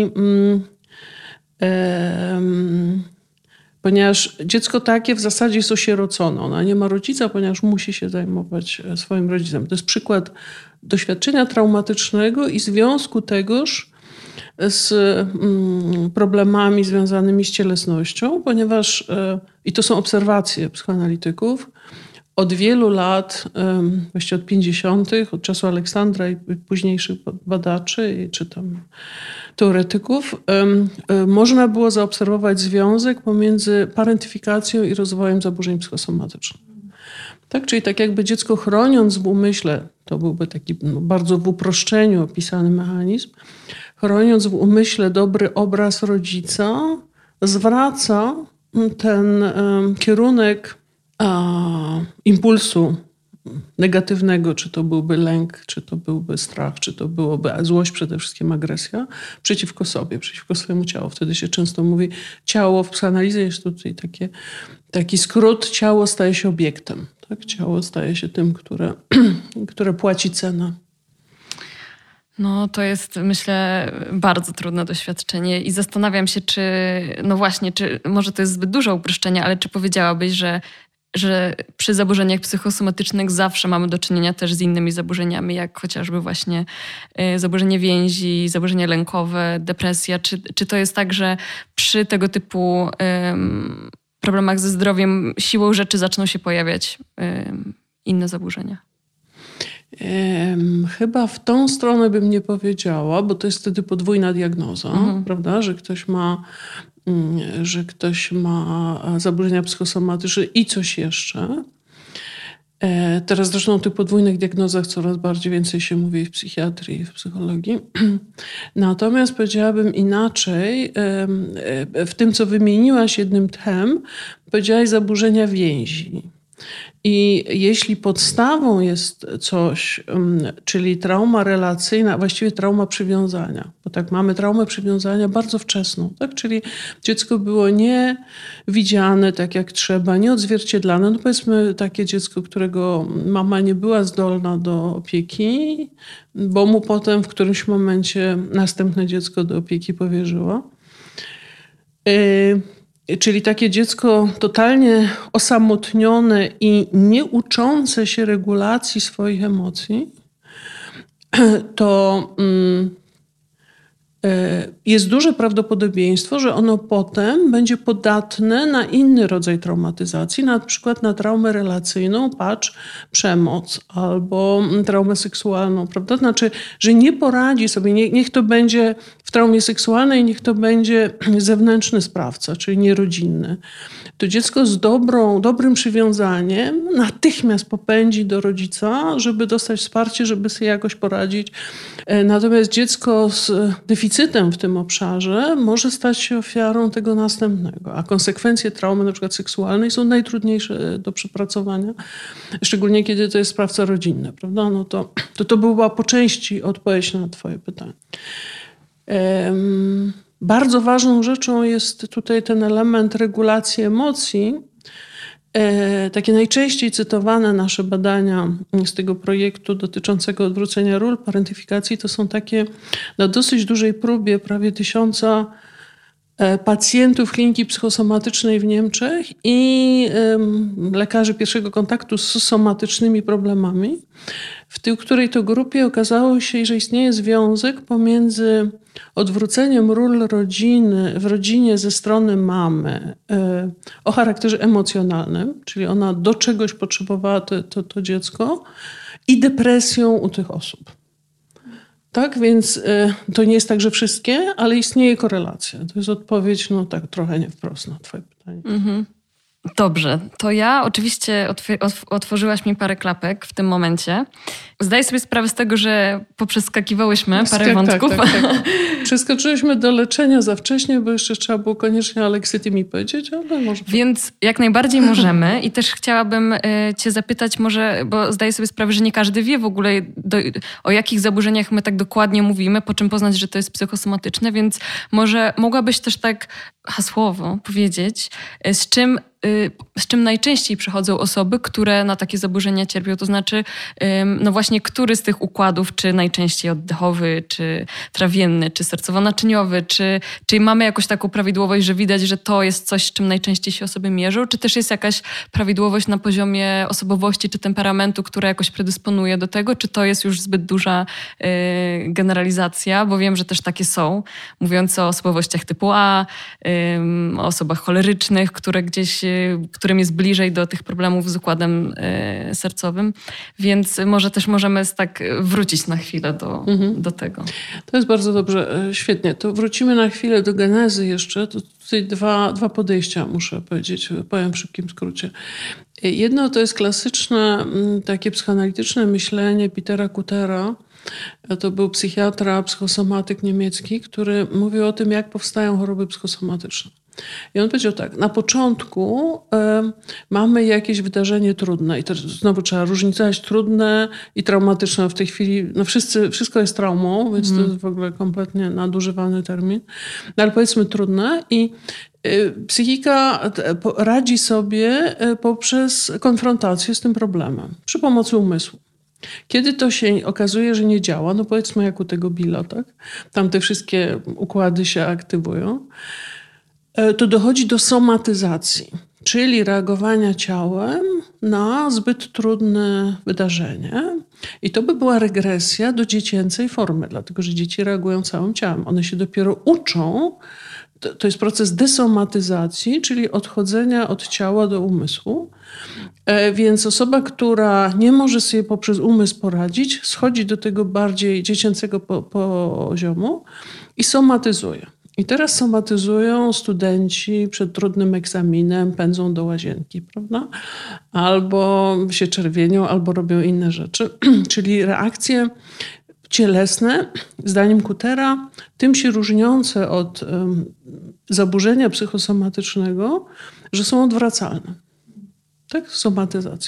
Ponieważ dziecko takie w zasadzie jest osierocone. Ona nie ma rodzica, ponieważ musi się zajmować swoim rodzicem. To jest przykład doświadczenia traumatycznego i związku tegoż z problemami związanymi z cielesnością, ponieważ, i to są obserwacje psychoanalityków, od wielu lat, właściwie od 50., od czasu Aleksandra i późniejszych badaczy czy tam teoretyków, można było zaobserwować związek pomiędzy parentyfikacją i rozwojem zaburzeń psychosomatycznych. Tak? Czyli tak jakby dziecko chroniąc w umyśle, to byłby taki bardzo w uproszczeniu opisany mechanizm, chroniąc w umyśle dobry obraz rodzica, zwraca ten kierunek impulsu negatywnego, czy to byłby lęk, czy to byłby strach, czy to byłoby złość, przede wszystkim agresja, przeciwko sobie, przeciwko swojemu ciału. Wtedy się często mówi, ciało w psychoanalizie jest tutaj taki skrót, ciało staje się obiektem. Tak? Ciało staje się tym, które płaci cenę. No to jest, myślę, bardzo trudne doświadczenie i zastanawiam się, czy może to jest zbyt duże uproszczenie, ale czy powiedziałabyś, że przy zaburzeniach psychosomatycznych zawsze mamy do czynienia też z innymi zaburzeniami, jak chociażby właśnie zaburzenie więzi, zaburzenia lękowe, depresja. Czy to jest tak, że przy tego typu problemach ze zdrowiem siłą rzeczy zaczną się pojawiać inne zaburzenia? Chyba w tą stronę bym nie powiedziała, bo to jest wtedy podwójna diagnoza, prawda? Że ktoś ma zaburzenia psychosomatyczne i coś jeszcze. Teraz zresztą o tych podwójnych diagnozach coraz więcej się mówi w psychiatrii i w psychologii. Natomiast powiedziałabym inaczej, w tym co wymieniłaś jednym tchem, powiedziałaś zaburzenia więzi. I jeśli podstawą jest coś, czyli trauma relacyjna, właściwie trauma przywiązania, bo tak mamy traumę przywiązania bardzo wczesną, tak? Czyli dziecko było nie widziane tak jak trzeba, nie odzwierciedlane. No powiedzmy takie dziecko, którego mama nie była zdolna do opieki, bo mu potem w którymś momencie następne dziecko do opieki powierzyła. Czyli takie dziecko totalnie osamotnione i nie uczące się regulacji swoich emocji, to jest duże prawdopodobieństwo, że ono potem będzie podatne na inny rodzaj traumatyzacji, na przykład na traumę relacyjną, patrz, przemoc albo traumę seksualną, prawda? Znaczy, że nie poradzi sobie, niech to będzie w traumie seksualnej, niech to będzie zewnętrzny sprawca, czyli nierodzinny. To dziecko z dobrym przywiązaniem natychmiast popędzi do rodzica, żeby dostać wsparcie, żeby sobie jakoś poradzić. Natomiast dziecko z deficytem w tym obszarze może stać się ofiarą tego następnego, a konsekwencje traumy na przykład seksualnej są najtrudniejsze do przepracowania, szczególnie kiedy to jest sprawca rodzinny, prawda? No to była po części odpowiedź na twoje pytanie. Bardzo ważną rzeczą jest tutaj ten element regulacji emocji. Takie najczęściej cytowane nasze badania z tego projektu dotyczącego odwrócenia ról, parentyfikacji, to są takie na dosyć dużej próbie, prawie 1000 pacjentów kliniki psychosomatycznej w Niemczech i lekarzy pierwszego kontaktu z somatycznymi problemami, w której to grupie okazało się, że istnieje związek pomiędzy odwróceniem ról w rodzinie ze strony mamy o charakterze emocjonalnym, czyli ona do czegoś potrzebowała to dziecko, i depresją u tych osób. Tak, więc to nie jest tak, że wszystkie, ale istnieje korelacja. To jest odpowiedź, no tak trochę nie wprost na twoje pytanie. Dobrze, to ja oczywiście otworzyłaś mi parę klapek w tym momencie. Zdaję sobie sprawę z tego, że poprzeskakiwałyśmy parę wątków. Tak. Przeskoczyliśmy do leczenia za wcześnie, bo jeszcze trzeba było koniecznie Aleksyty mi powiedzieć, ale może... Więc jak najbardziej możemy i też chciałabym cię zapytać może, bo zdaję sobie sprawę, że nie każdy wie w ogóle o jakich zaburzeniach my tak dokładnie mówimy, po czym poznać, że to jest psychosomatyczne, więc może mogłabyś też tak hasłowo powiedzieć, z czym najczęściej przychodzą osoby, które na takie zaburzenia cierpią? To znaczy, no właśnie, który z tych układów, czy najczęściej oddechowy, czy trawienny, czy sercowo-naczyniowy, czy mamy jakąś taką prawidłowość, że widać, że to jest coś, z czym najczęściej się osoby mierzą? Czy też jest jakaś prawidłowość na poziomie osobowości, czy temperamentu, która jakoś predysponuje do tego? Czy to jest już zbyt duża generalizacja? Bo wiem, że też takie są, mówiąc o osobowościach typu A, o osobach cholerycznych, które którym jest bliżej do tych problemów z układem sercowym. Więc może też możemy tak wrócić na chwilę do tego. To jest bardzo dobrze, świetnie. To wrócimy na chwilę do genezy jeszcze. To tutaj dwa podejścia muszę powiedzieć, powiem w szybkim skrócie. Jedno to jest klasyczne, takie psychoanalityczne myślenie Petera Kuttera. To był psychiatra, psychosomatyk niemiecki, który mówił o tym, jak powstają choroby psychosomatyczne. I on powiedział tak, na początku mamy jakieś wydarzenie trudne i to znowu trzeba różnicować trudne i traumatyczne. W tej chwili wszystko jest traumą, więc to jest w ogóle kompletnie nadużywany termin. No, ale powiedzmy trudne i psychika radzi sobie poprzez konfrontację z tym problemem przy pomocy umysłu. Kiedy to się okazuje, że nie działa, no powiedzmy jak u tego Billa, tak? Tam te wszystkie układy się aktywują, to dochodzi do somatyzacji, czyli reagowania ciałem na zbyt trudne wydarzenie. I to by była regresja do dziecięcej formy, dlatego że dzieci reagują całym ciałem. One się dopiero uczą. To jest proces desomatyzacji, czyli odchodzenia od ciała do umysłu. Więc osoba, która nie może sobie poprzez umysł poradzić, schodzi do tego bardziej dziecięcego poziomu i somatyzuje. I teraz somatyzują studenci przed trudnym egzaminem, pędzą do łazienki, prawda? Albo się czerwienią, albo robią inne rzeczy. Czyli reakcje cielesne, zdaniem Kuttera, tym się różniące od zaburzenia psychosomatycznego, że są odwracalne. Tak? Somatyzacja.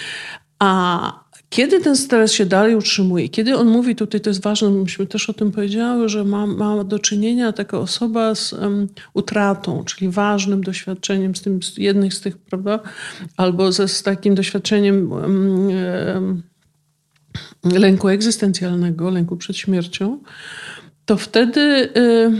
A kiedy ten stres się dalej utrzymuje, kiedy on mówi, tutaj to jest ważne, myśmy też o tym powiedziały, że ma do czynienia taka osoba z utratą, czyli ważnym doświadczeniem, z jednych z tych, prawda, albo z takim doświadczeniem lęku egzystencjalnego, lęku przed śmiercią, to wtedy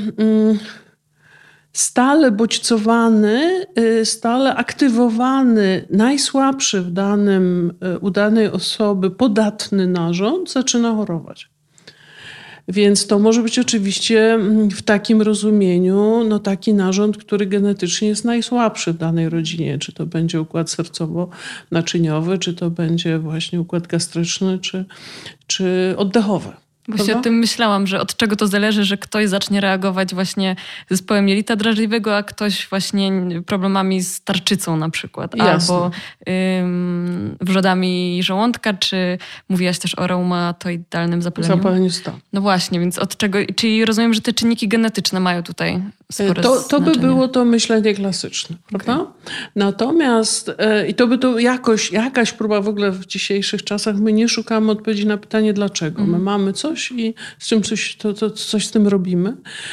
stale bodźcowany, stale aktywowany, najsłabszy u danej osoby podatny narząd zaczyna chorować. Więc to może być oczywiście w takim rozumieniu taki narząd, który genetycznie jest najsłabszy w danej rodzinie. Czy to będzie układ sercowo-naczyniowy, czy to będzie właśnie układ gastryczny, czy oddechowy. Właśnie o tym myślałam, że od czego to zależy, że ktoś zacznie reagować właśnie zespołem jelita drażliwego, a ktoś właśnie problemami z tarczycą na przykład. Jasne. Albo wrzodami żołądka, czy mówiłaś też o reumatoidalnym zapaleniu? Zapaleniu stawów. No właśnie, więc od czego, czyli rozumiem, że te czynniki genetyczne mają tutaj spore to by było to myślenie klasyczne, prawda? Okay. Natomiast i to by to jakaś próba w ogóle w dzisiejszych czasach, my nie szukamy odpowiedzi na pytanie dlaczego. My mamy coś i z czym coś z tym robimy.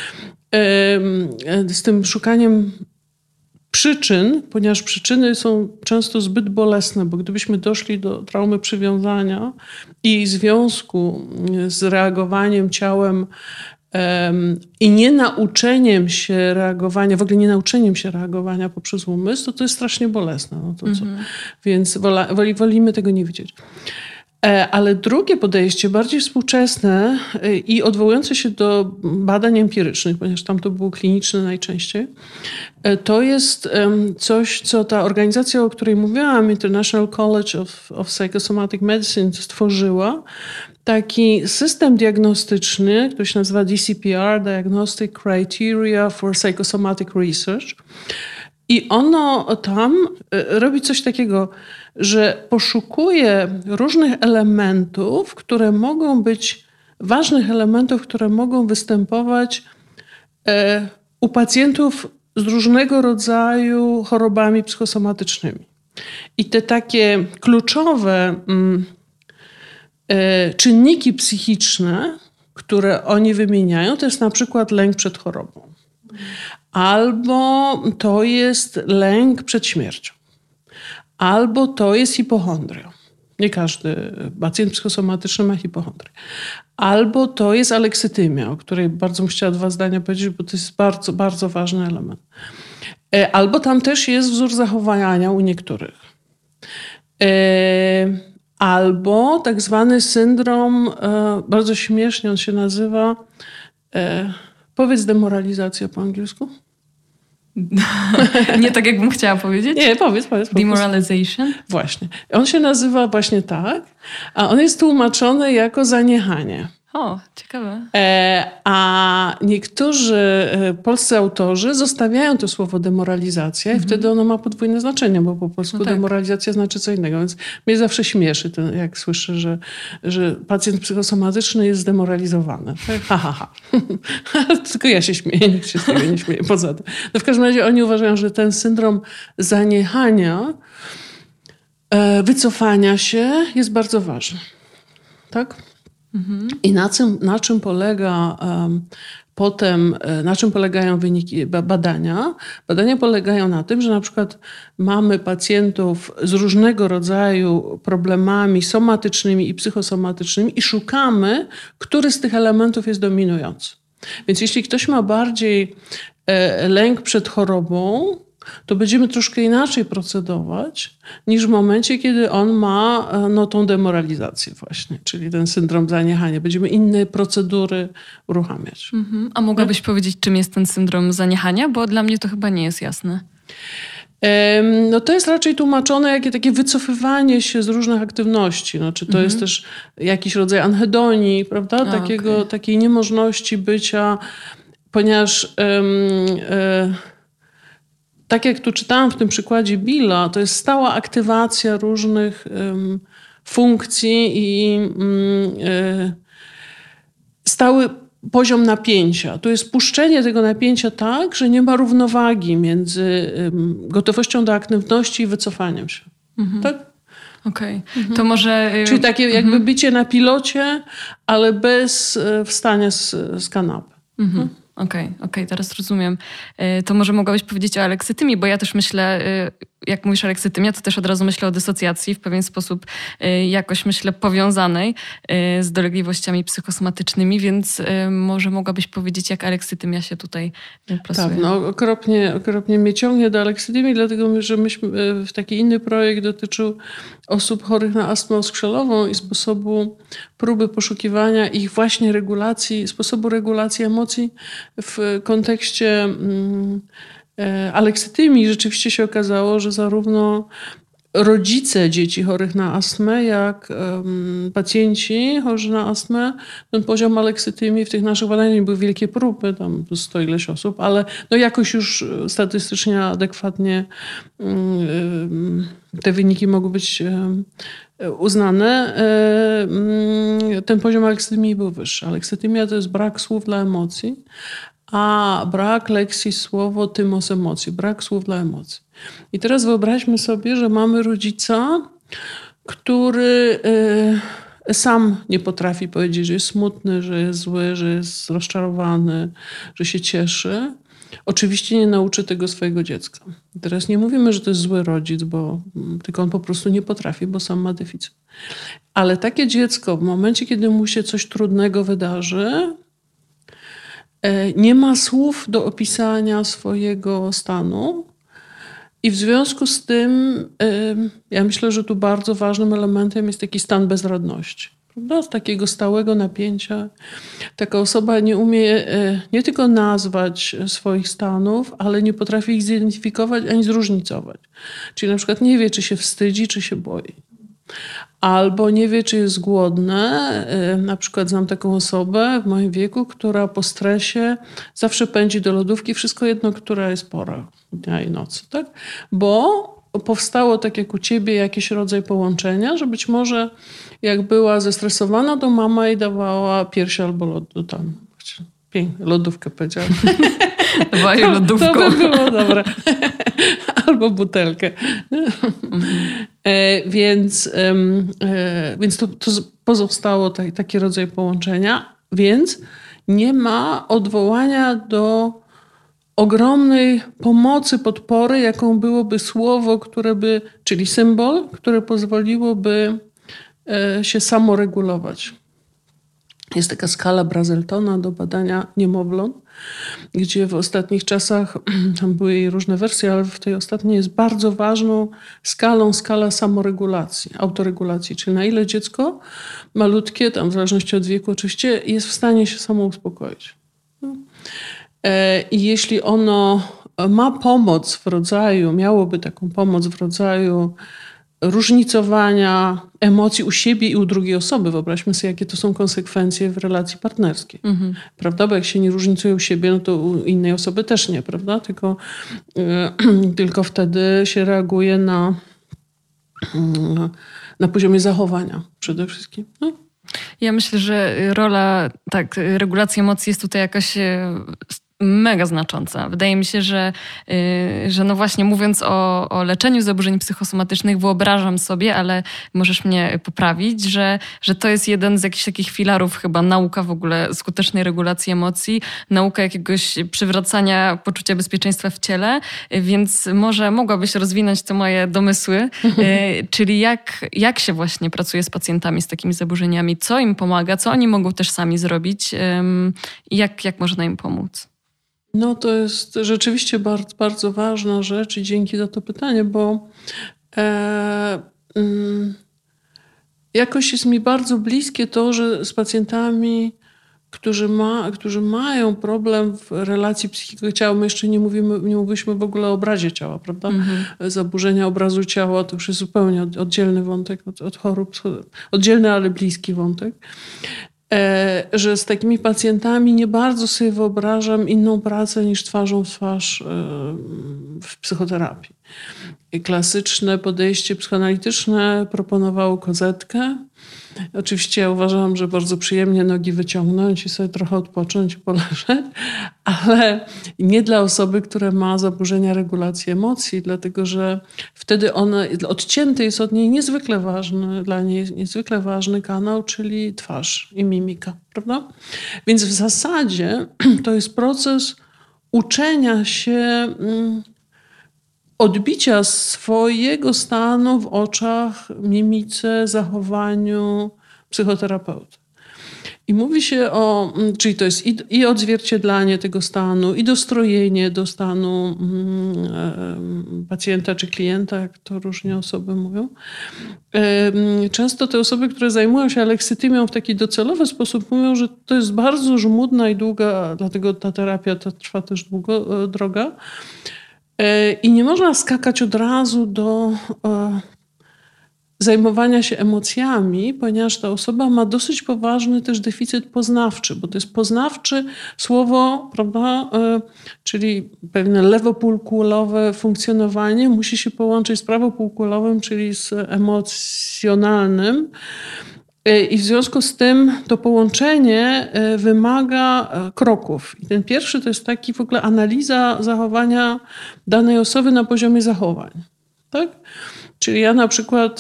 Z tym szukaniem przyczyn, ponieważ przyczyny są często zbyt bolesne, bo gdybyśmy doszli do traumy przywiązania i związku z reagowaniem ciałem i nie nauczeniem się reagowania, w ogóle nie nauczeniem się reagowania poprzez umysł, to jest strasznie bolesne. No to co? Więc wolimy tego nie widzieć. Ale drugie podejście, bardziej współczesne i odwołujące się do badań empirycznych, ponieważ tam to było kliniczne najczęściej, to jest coś, co ta organizacja, o której mówiłam, International College of Psychosomatic Medicine, stworzyła. Taki system diagnostyczny, który się nazywa DCPR, Diagnostic Criteria for Psychosomatic Research. I ono tam robi coś takiego, że poszukuje różnych elementów, które mogą być, ważnych elementów, które mogą występować u pacjentów z różnego rodzaju chorobami psychosomatycznymi. I te takie kluczowe czynniki psychiczne, które oni wymieniają, to jest na przykład lęk przed chorobą. Albo to jest lęk przed śmiercią. Albo to jest hipochondria. Nie każdy pacjent psychosomatyczny ma hipochondrię. Albo to jest aleksytymia, o której bardzo bym chciała 2 zdania powiedzieć, bo to jest bardzo, bardzo ważny element. Albo tam też jest wzór zachowania u niektórych. Albo tak zwany syndrom, bardzo śmiesznie on się nazywa, powiedz demoralizacja po angielsku. Nie tak, jakbym chciała powiedzieć? Nie, powiedz. Demoralization? Właśnie. On się nazywa właśnie tak, a on jest tłumaczony jako zaniechanie. O, ciekawe. A niektórzy polscy autorzy zostawiają to słowo demoralizacja i wtedy ono ma podwójne znaczenie, bo po polsku demoralizacja znaczy co innego. Więc mnie zawsze śmieszy, jak słyszę, że pacjent psychosomatyczny jest zdemoralizowany. Ha. Tylko ja się śmieję, nikt się z tego nie śmieje poza tym. No w każdym razie oni uważają, że ten syndrom zaniechania, wycofania się jest bardzo ważny. Tak? I na czym polega potem, na czym polegają wyniki badania? Badania polegają na tym, że na przykład mamy pacjentów z różnego rodzaju problemami somatycznymi i psychosomatycznymi i szukamy, który z tych elementów jest dominujący. Więc jeśli ktoś ma bardziej lęk przed chorobą, to będziemy troszkę inaczej procedować niż w momencie, kiedy on ma tą demoralizację właśnie, czyli ten syndrom zaniechania. Będziemy inne procedury uruchamiać. A mogłabyś powiedzieć, czym jest ten syndrom zaniechania? Bo dla mnie to chyba nie jest jasne. No to jest raczej tłumaczone jako takie wycofywanie się z różnych aktywności. No, czy to jest też jakiś rodzaj anhedonii, prawda? Takiej niemożności bycia, ponieważ tak jak tu czytałam w tym przykładzie Billa, to jest stała aktywacja różnych funkcji i stały poziom napięcia. To jest puszczenie tego napięcia tak, że nie ma równowagi między gotowością do aktywności i wycofaniem się. Tak? Okej. To może... Czyli takie jakby bycie na pilocie, ale bez wstania z kanapy. Okej, teraz rozumiem. To może mogłabyś powiedzieć o aleksytymii, bo ja też myślę, jak mówisz aleksytymia, to też od razu myślę o dysocjacji, w pewien sposób jakoś myślę powiązanej z dolegliwościami psychosomatycznymi, więc może mogłabyś powiedzieć, jak aleksytymia się tutaj plasuje. Tak, no okropnie mnie ciągnie do aleksytymii, dlatego że myśmy w taki inny projekt dotyczył osób chorych na astmę oskrzelową i sposobu próby poszukiwania ich właśnie sposobu regulacji emocji w kontekście aleksytymii. Rzeczywiście się okazało, że zarówno rodzice dzieci chorych na astmę, jak pacjenci chorzy na astmę, ten poziom aleksytymii w tych naszych badaniach, nie były wielkie próby, tam 100 ileś osób, ale jakoś już statystycznie adekwatnie te wyniki mogły być uznane. Ten poziom aleksytymii był wyższy. Aleksytymia to jest brak słów dla emocji, a brak leksis słowo tymos emocji, brak słów dla emocji. I teraz wyobraźmy sobie, że mamy rodzica, który sam nie potrafi powiedzieć, że jest smutny, że jest zły, że jest rozczarowany, że się cieszy. Oczywiście nie nauczy tego swojego dziecka. Teraz nie mówimy, że to jest zły rodzic, tylko on po prostu nie potrafi, bo sam ma deficyt. Ale takie dziecko w momencie, kiedy mu się coś trudnego wydarzy, nie ma słów do opisania swojego stanu i w związku z tym ja myślę, że tu bardzo ważnym elementem jest taki stan bezradności. Prawda? Z takiego stałego napięcia. Taka osoba nie umie nie tylko nazwać swoich stanów, ale nie potrafi ich zidentyfikować ani zróżnicować. Czyli na przykład nie wie, czy się wstydzi, czy się boi. Albo nie wie, czy jest głodne. Na przykład znam taką osobę w moim wieku, która po stresie zawsze pędzi do lodówki, wszystko jedno, która jest pora dnia i nocy. Tak? Bo powstało, tak jak u ciebie, jakiś rodzaj połączenia, że być może jak była zestresowana, to mama jej dawała piersi albo lodówkę powiedziałam. Dawała jej lodówką. To by było dobre. Albo butelkę. Więc to pozostało taki rodzaj połączenia, więc nie ma odwołania do ogromnej pomocy, podpory, jaką byłoby słowo, czyli symbol, które pozwoliłoby się samoregulować. Jest taka skala Brazeltona do badania niemowląt, gdzie w ostatnich czasach, tam były jej różne wersje, ale w tej ostatniej jest bardzo ważną skala samoregulacji, autoregulacji, czyli na ile dziecko malutkie, tam w zależności od wieku oczywiście, jest w stanie się samo uspokoić. I jeśli ono ma pomoc w rodzaju, miałoby taką pomoc w rodzaju różnicowania emocji u siebie i u drugiej osoby. Wyobraźmy sobie, jakie to są konsekwencje w relacji partnerskiej. Prawda? Bo jak się nie różnicuje u siebie, no to u innej osoby też nie, prawda? Tylko wtedy się reaguje na poziomie zachowania przede wszystkim. No. Ja myślę, że rola regulacji emocji jest tutaj jakaś mega znacząca. Wydaje mi się, że no właśnie mówiąc o leczeniu zaburzeń psychosomatycznych, wyobrażam sobie, ale możesz mnie poprawić, że to jest jeden z jakichś takich filarów chyba nauka w ogóle skutecznej regulacji emocji, nauka jakiegoś przywracania poczucia bezpieczeństwa w ciele, więc może mogłabyś rozwinąć te moje domysły, czyli jak się właśnie pracuje z pacjentami z takimi zaburzeniami, co im pomaga, co oni mogą też sami zrobić i jak można im pomóc. No to jest rzeczywiście bardzo, bardzo ważna rzecz i dzięki za to pytanie, bo jakoś jest mi bardzo bliskie to, że z pacjentami, którzy mają problem w relacji psychiki-ciała, my jeszcze nie mówiliśmy w ogóle o obrazie ciała, prawda? Zaburzenia obrazu ciała to już jest zupełnie oddzielny wątek od chorób, oddzielny, ale bliski wątek. Że z takimi pacjentami nie bardzo sobie wyobrażam inną pracę niż twarzą w twarz w psychoterapii. I klasyczne podejście psychoanalityczne proponowało kozetkę. Oczywiście ja uważam, że bardzo przyjemnie nogi wyciągnąć i sobie trochę odpocząć i poleżeć, ale nie dla osoby, która ma zaburzenia regulacji emocji, dlatego że wtedy odcięty jest od niej dla niej niezwykle ważny kanał, czyli twarz i mimika, prawda? Więc w zasadzie to jest proces uczenia się odbicia swojego stanu w oczach, mimice, zachowaniu psychoterapeuty. I mówi się czyli to jest i odzwierciedlanie tego stanu, i dostrojenie do stanu pacjenta czy klienta, jak to różnie osoby mówią. Często te osoby, które zajmują się aleksytymią w taki docelowy sposób, mówią, że to jest bardzo żmudna i długa, dlatego ta terapia trwa też droga. I nie można skakać od razu do zajmowania się emocjami, ponieważ ta osoba ma dosyć poważny też deficyt poznawczy, bo to jest poznawczy słowo, prawda, czyli pewne lewopółkulowe funkcjonowanie musi się połączyć z prawopółkulowym, czyli z emocjonalnym. I w związku z tym to połączenie wymaga kroków. I ten pierwszy to jest taki w ogóle analiza zachowania danej osoby na poziomie zachowań. Tak? Czyli ja na przykład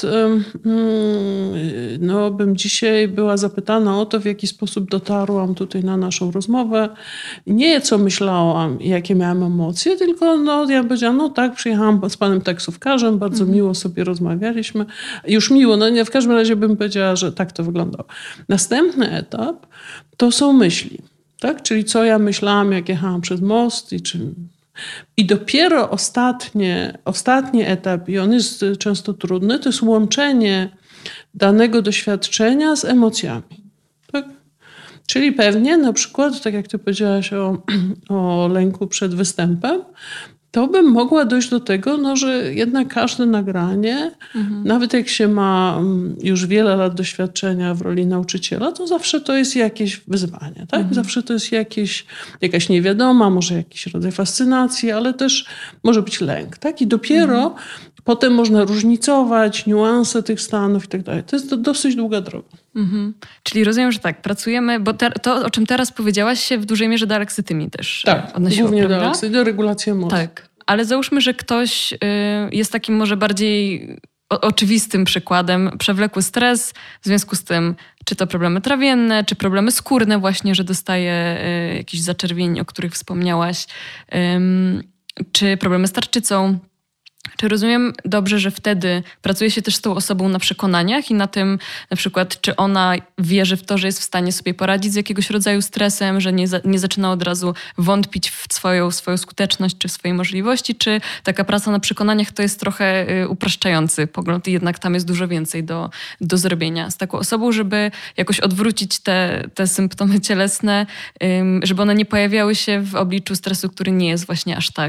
bym dzisiaj była zapytana o to, w jaki sposób dotarłam tutaj na naszą rozmowę. Nie co myślałam i jakie miałam emocje, tylko ja powiedziałam, tak, przyjechałam z panem taksówkarzem, bardzo miło sobie rozmawialiśmy. Już miło, w każdym razie bym powiedziała, że tak to wyglądało. Następny etap to są myśli. Tak? Czyli co ja myślałam, jak jechałam przez most i dopiero ostatni etap, i on jest często trudny, to jest łączenie danego doświadczenia z emocjami. Tak? Czyli pewnie na przykład, tak jak ty powiedziałaś o lęku przed występem, to bym mogła dojść do tego, że jednak każde nagranie, nawet jak się ma już wiele lat doświadczenia w roli nauczyciela, to zawsze to jest jakieś wyzwanie. Tak? Zawsze to jest jakaś niewiadoma, może jakiś rodzaj fascynacji, ale też może być lęk. Tak? I dopiero potem można różnicować niuanse tych stanów i tak dalej. To jest dosyć długa droga. Czyli rozumiem, że tak, pracujemy, bo to, o czym teraz powiedziałaś, się w dużej mierze do aleksytymii też odnosiło, głównie prawda? do regulacji emocji. Tak, ale załóżmy, że ktoś jest takim może bardziej oczywistym przykładem, przewlekły stres, w związku z tym czy to problemy trawienne, czy problemy skórne właśnie, że dostaje jakichś zaczerwień, o których wspomniałaś, czy problemy z tarczycą. Czy rozumiem dobrze, że wtedy pracuje się też z tą osobą na przekonaniach i na tym, na przykład, czy ona wierzy w to, że jest w stanie sobie poradzić z jakiegoś rodzaju stresem, że nie zaczyna od razu wątpić w swoją skuteczność czy w swoje możliwości, czy taka praca na przekonaniach to jest trochę upraszczający pogląd i jednak tam jest dużo więcej do zrobienia z taką osobą, żeby jakoś odwrócić te symptomy cielesne, żeby one nie pojawiały się w obliczu stresu, który nie jest właśnie aż tak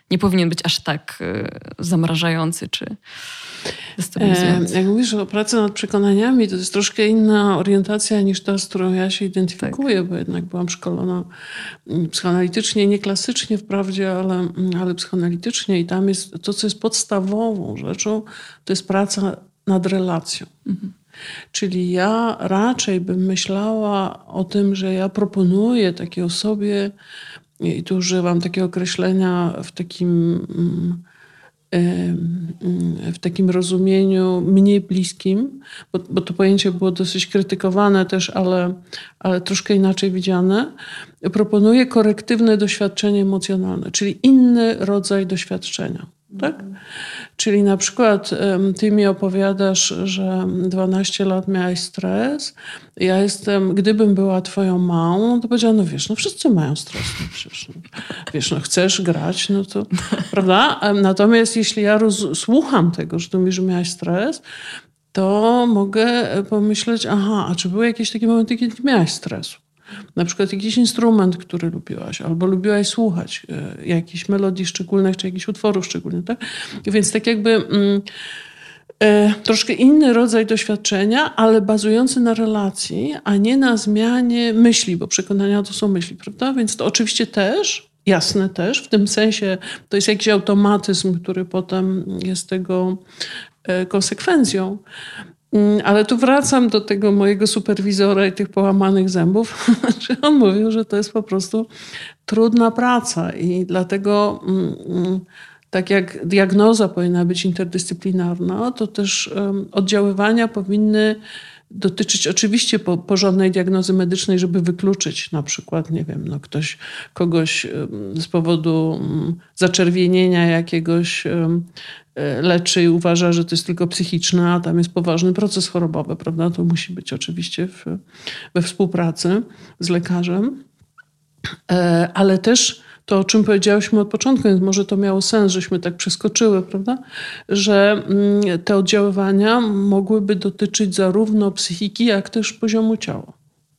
nie powinien być aż tak zamrażający czy destabilizujący. Jak mówisz o pracy nad przekonaniami, to jest troszkę inna orientacja niż ta, z którą ja się identyfikuję, bo jednak byłam szkolona psychoanalitycznie, nie klasycznie wprawdzie, ale psychoanalitycznie i tam jest to, co jest podstawową rzeczą, to jest praca nad relacją. Czyli ja raczej bym myślała o tym, że ja proponuję takiej osobie, i tu używam takiego określenia w takim rozumieniu mniej bliskim, bo to pojęcie było dosyć krytykowane też, ale troszkę inaczej widziane. Proponuję korektywne doświadczenie emocjonalne, czyli inny rodzaj doświadczenia. Tak? Czyli na przykład ty mi opowiadasz, że 12 lat miałaś stres. Gdybym była twoją mamą, to powiedziała, no wiesz, no wszyscy mają stres. No przecież, wiesz, no chcesz grać, no to, prawda? Natomiast jeśli ja słucham tego, że ty mówisz, że miałaś stres, to mogę pomyśleć, a czy były jakieś takie momenty, kiedy nie miałaś stresu? Na przykład jakiś instrument, który lubiłaś, albo lubiłaś słuchać jakichś melodii szczególnych, czy jakichś utworów szczególnych. Tak? Więc tak jakby troszkę inny rodzaj doświadczenia, ale bazujący na relacji, a nie na zmianie myśli, bo przekonania to są myśli, prawda? Więc to oczywiście też, jasne też, w tym sensie to jest jakiś automatyzm, który potem jest tego konsekwencją. Ale tu wracam do tego mojego superwizora i tych połamanych zębów. On mówił, że to jest po prostu trudna praca i dlatego tak jak diagnoza powinna być interdyscyplinarna, to też oddziaływania powinny dotyczyć oczywiście porządnej diagnozy medycznej, żeby wykluczyć na przykład, nie wiem, no kogoś z powodu zaczerwienienia jakiegoś leczy i uważa, że to jest tylko psychiczne, a tam jest poważny proces chorobowy, prawda? To musi być oczywiście we współpracy z lekarzem. Ale też to, o czym powiedziałyśmy od początku, więc może to miało sens, żeśmy tak przeskoczyły, prawda? Że te oddziaływania mogłyby dotyczyć zarówno psychiki, jak też poziomu ciała.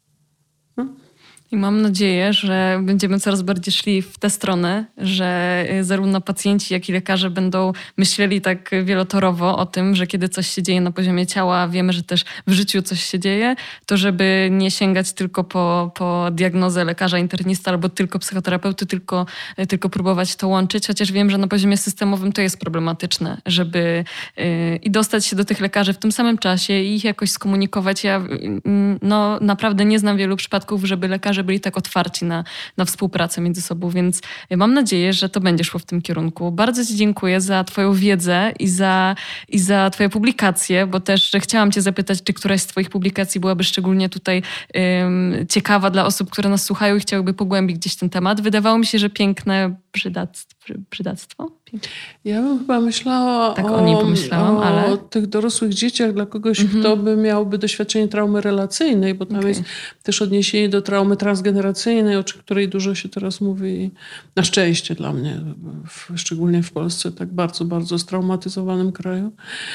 I mam nadzieję, że będziemy coraz bardziej szli w tę stronę, że zarówno pacjenci, jak i lekarze będą myśleli tak wielotorowo o tym, że kiedy coś się dzieje na poziomie ciała, wiemy, że też w życiu coś się dzieje, to żeby nie sięgać tylko po diagnozę lekarza internista albo tylko psychoterapeuty, tylko próbować to łączyć, chociaż wiem, że na poziomie systemowym to jest problematyczne, żeby i dostać się do tych lekarzy w tym samym czasie i ich jakoś skomunikować. Ja naprawdę nie znam wielu przypadków, żeby lekarze byli tak otwarci na współpracę między sobą, więc mam nadzieję, że to będzie szło w tym kierunku. Bardzo ci dziękuję za twoją wiedzę i za twoje publikacje, bo też chciałam cię zapytać, czy któraś z twoich publikacji byłaby szczególnie tutaj ciekawa dla osób, które nas słuchają i chciałyby pogłębić gdzieś ten temat. Wydawało mi się, że piękne brzydactwo? Ja bym chyba myślała o niej pomyślałam, o tych dorosłych dzieciach dla kogoś, kto miałby doświadczenie traumy relacyjnej, bo tam jest też odniesienie do traumy transgeneracyjnej, o której dużo się teraz mówi, na szczęście dla mnie, szczególnie w Polsce, tak bardzo, bardzo straumatyzowanym kraju.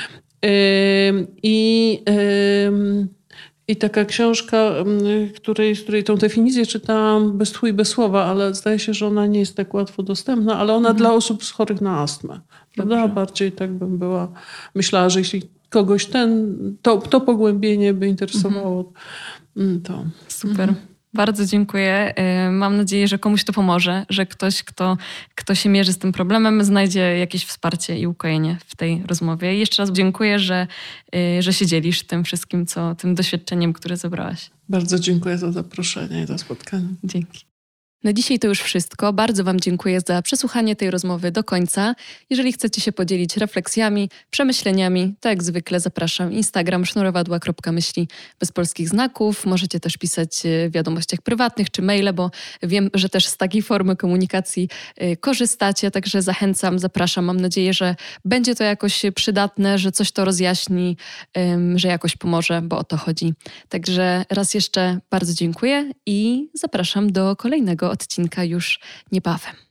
I taka książka, z której tą definicję czytałam bez tchu i bez słowa, ale zdaje się, że ona nie jest tak łatwo dostępna, ale ona dla osób chorych na astmę. Prawda? Bardziej tak bym myślała, że jeśli kogoś to pogłębienie by interesowało, to... Super. Bardzo dziękuję. Mam nadzieję, że komuś to pomoże, że ktoś, kto się mierzy z tym problemem, znajdzie jakieś wsparcie i ukojenie w tej rozmowie. I jeszcze raz dziękuję, że się dzielisz tym wszystkim, tym doświadczeniem, które zebrałaś. Bardzo dziękuję za zaproszenie i za spotkanie. Dzięki. Na dzisiaj to już wszystko. Bardzo wam dziękuję za przesłuchanie tej rozmowy do końca. Jeżeli chcecie się podzielić refleksjami, przemyśleniami, to jak zwykle zapraszam Instagram sznurowadła.myśli bez polskich znaków. Możecie też pisać w wiadomościach prywatnych czy maile, bo wiem, że też z takiej formy komunikacji korzystacie, także zachęcam, zapraszam. Mam nadzieję, że będzie to jakoś przydatne, że coś to rozjaśni, że jakoś pomoże, bo o to chodzi. Także raz jeszcze bardzo dziękuję i zapraszam do kolejnego odcinka już niebawem.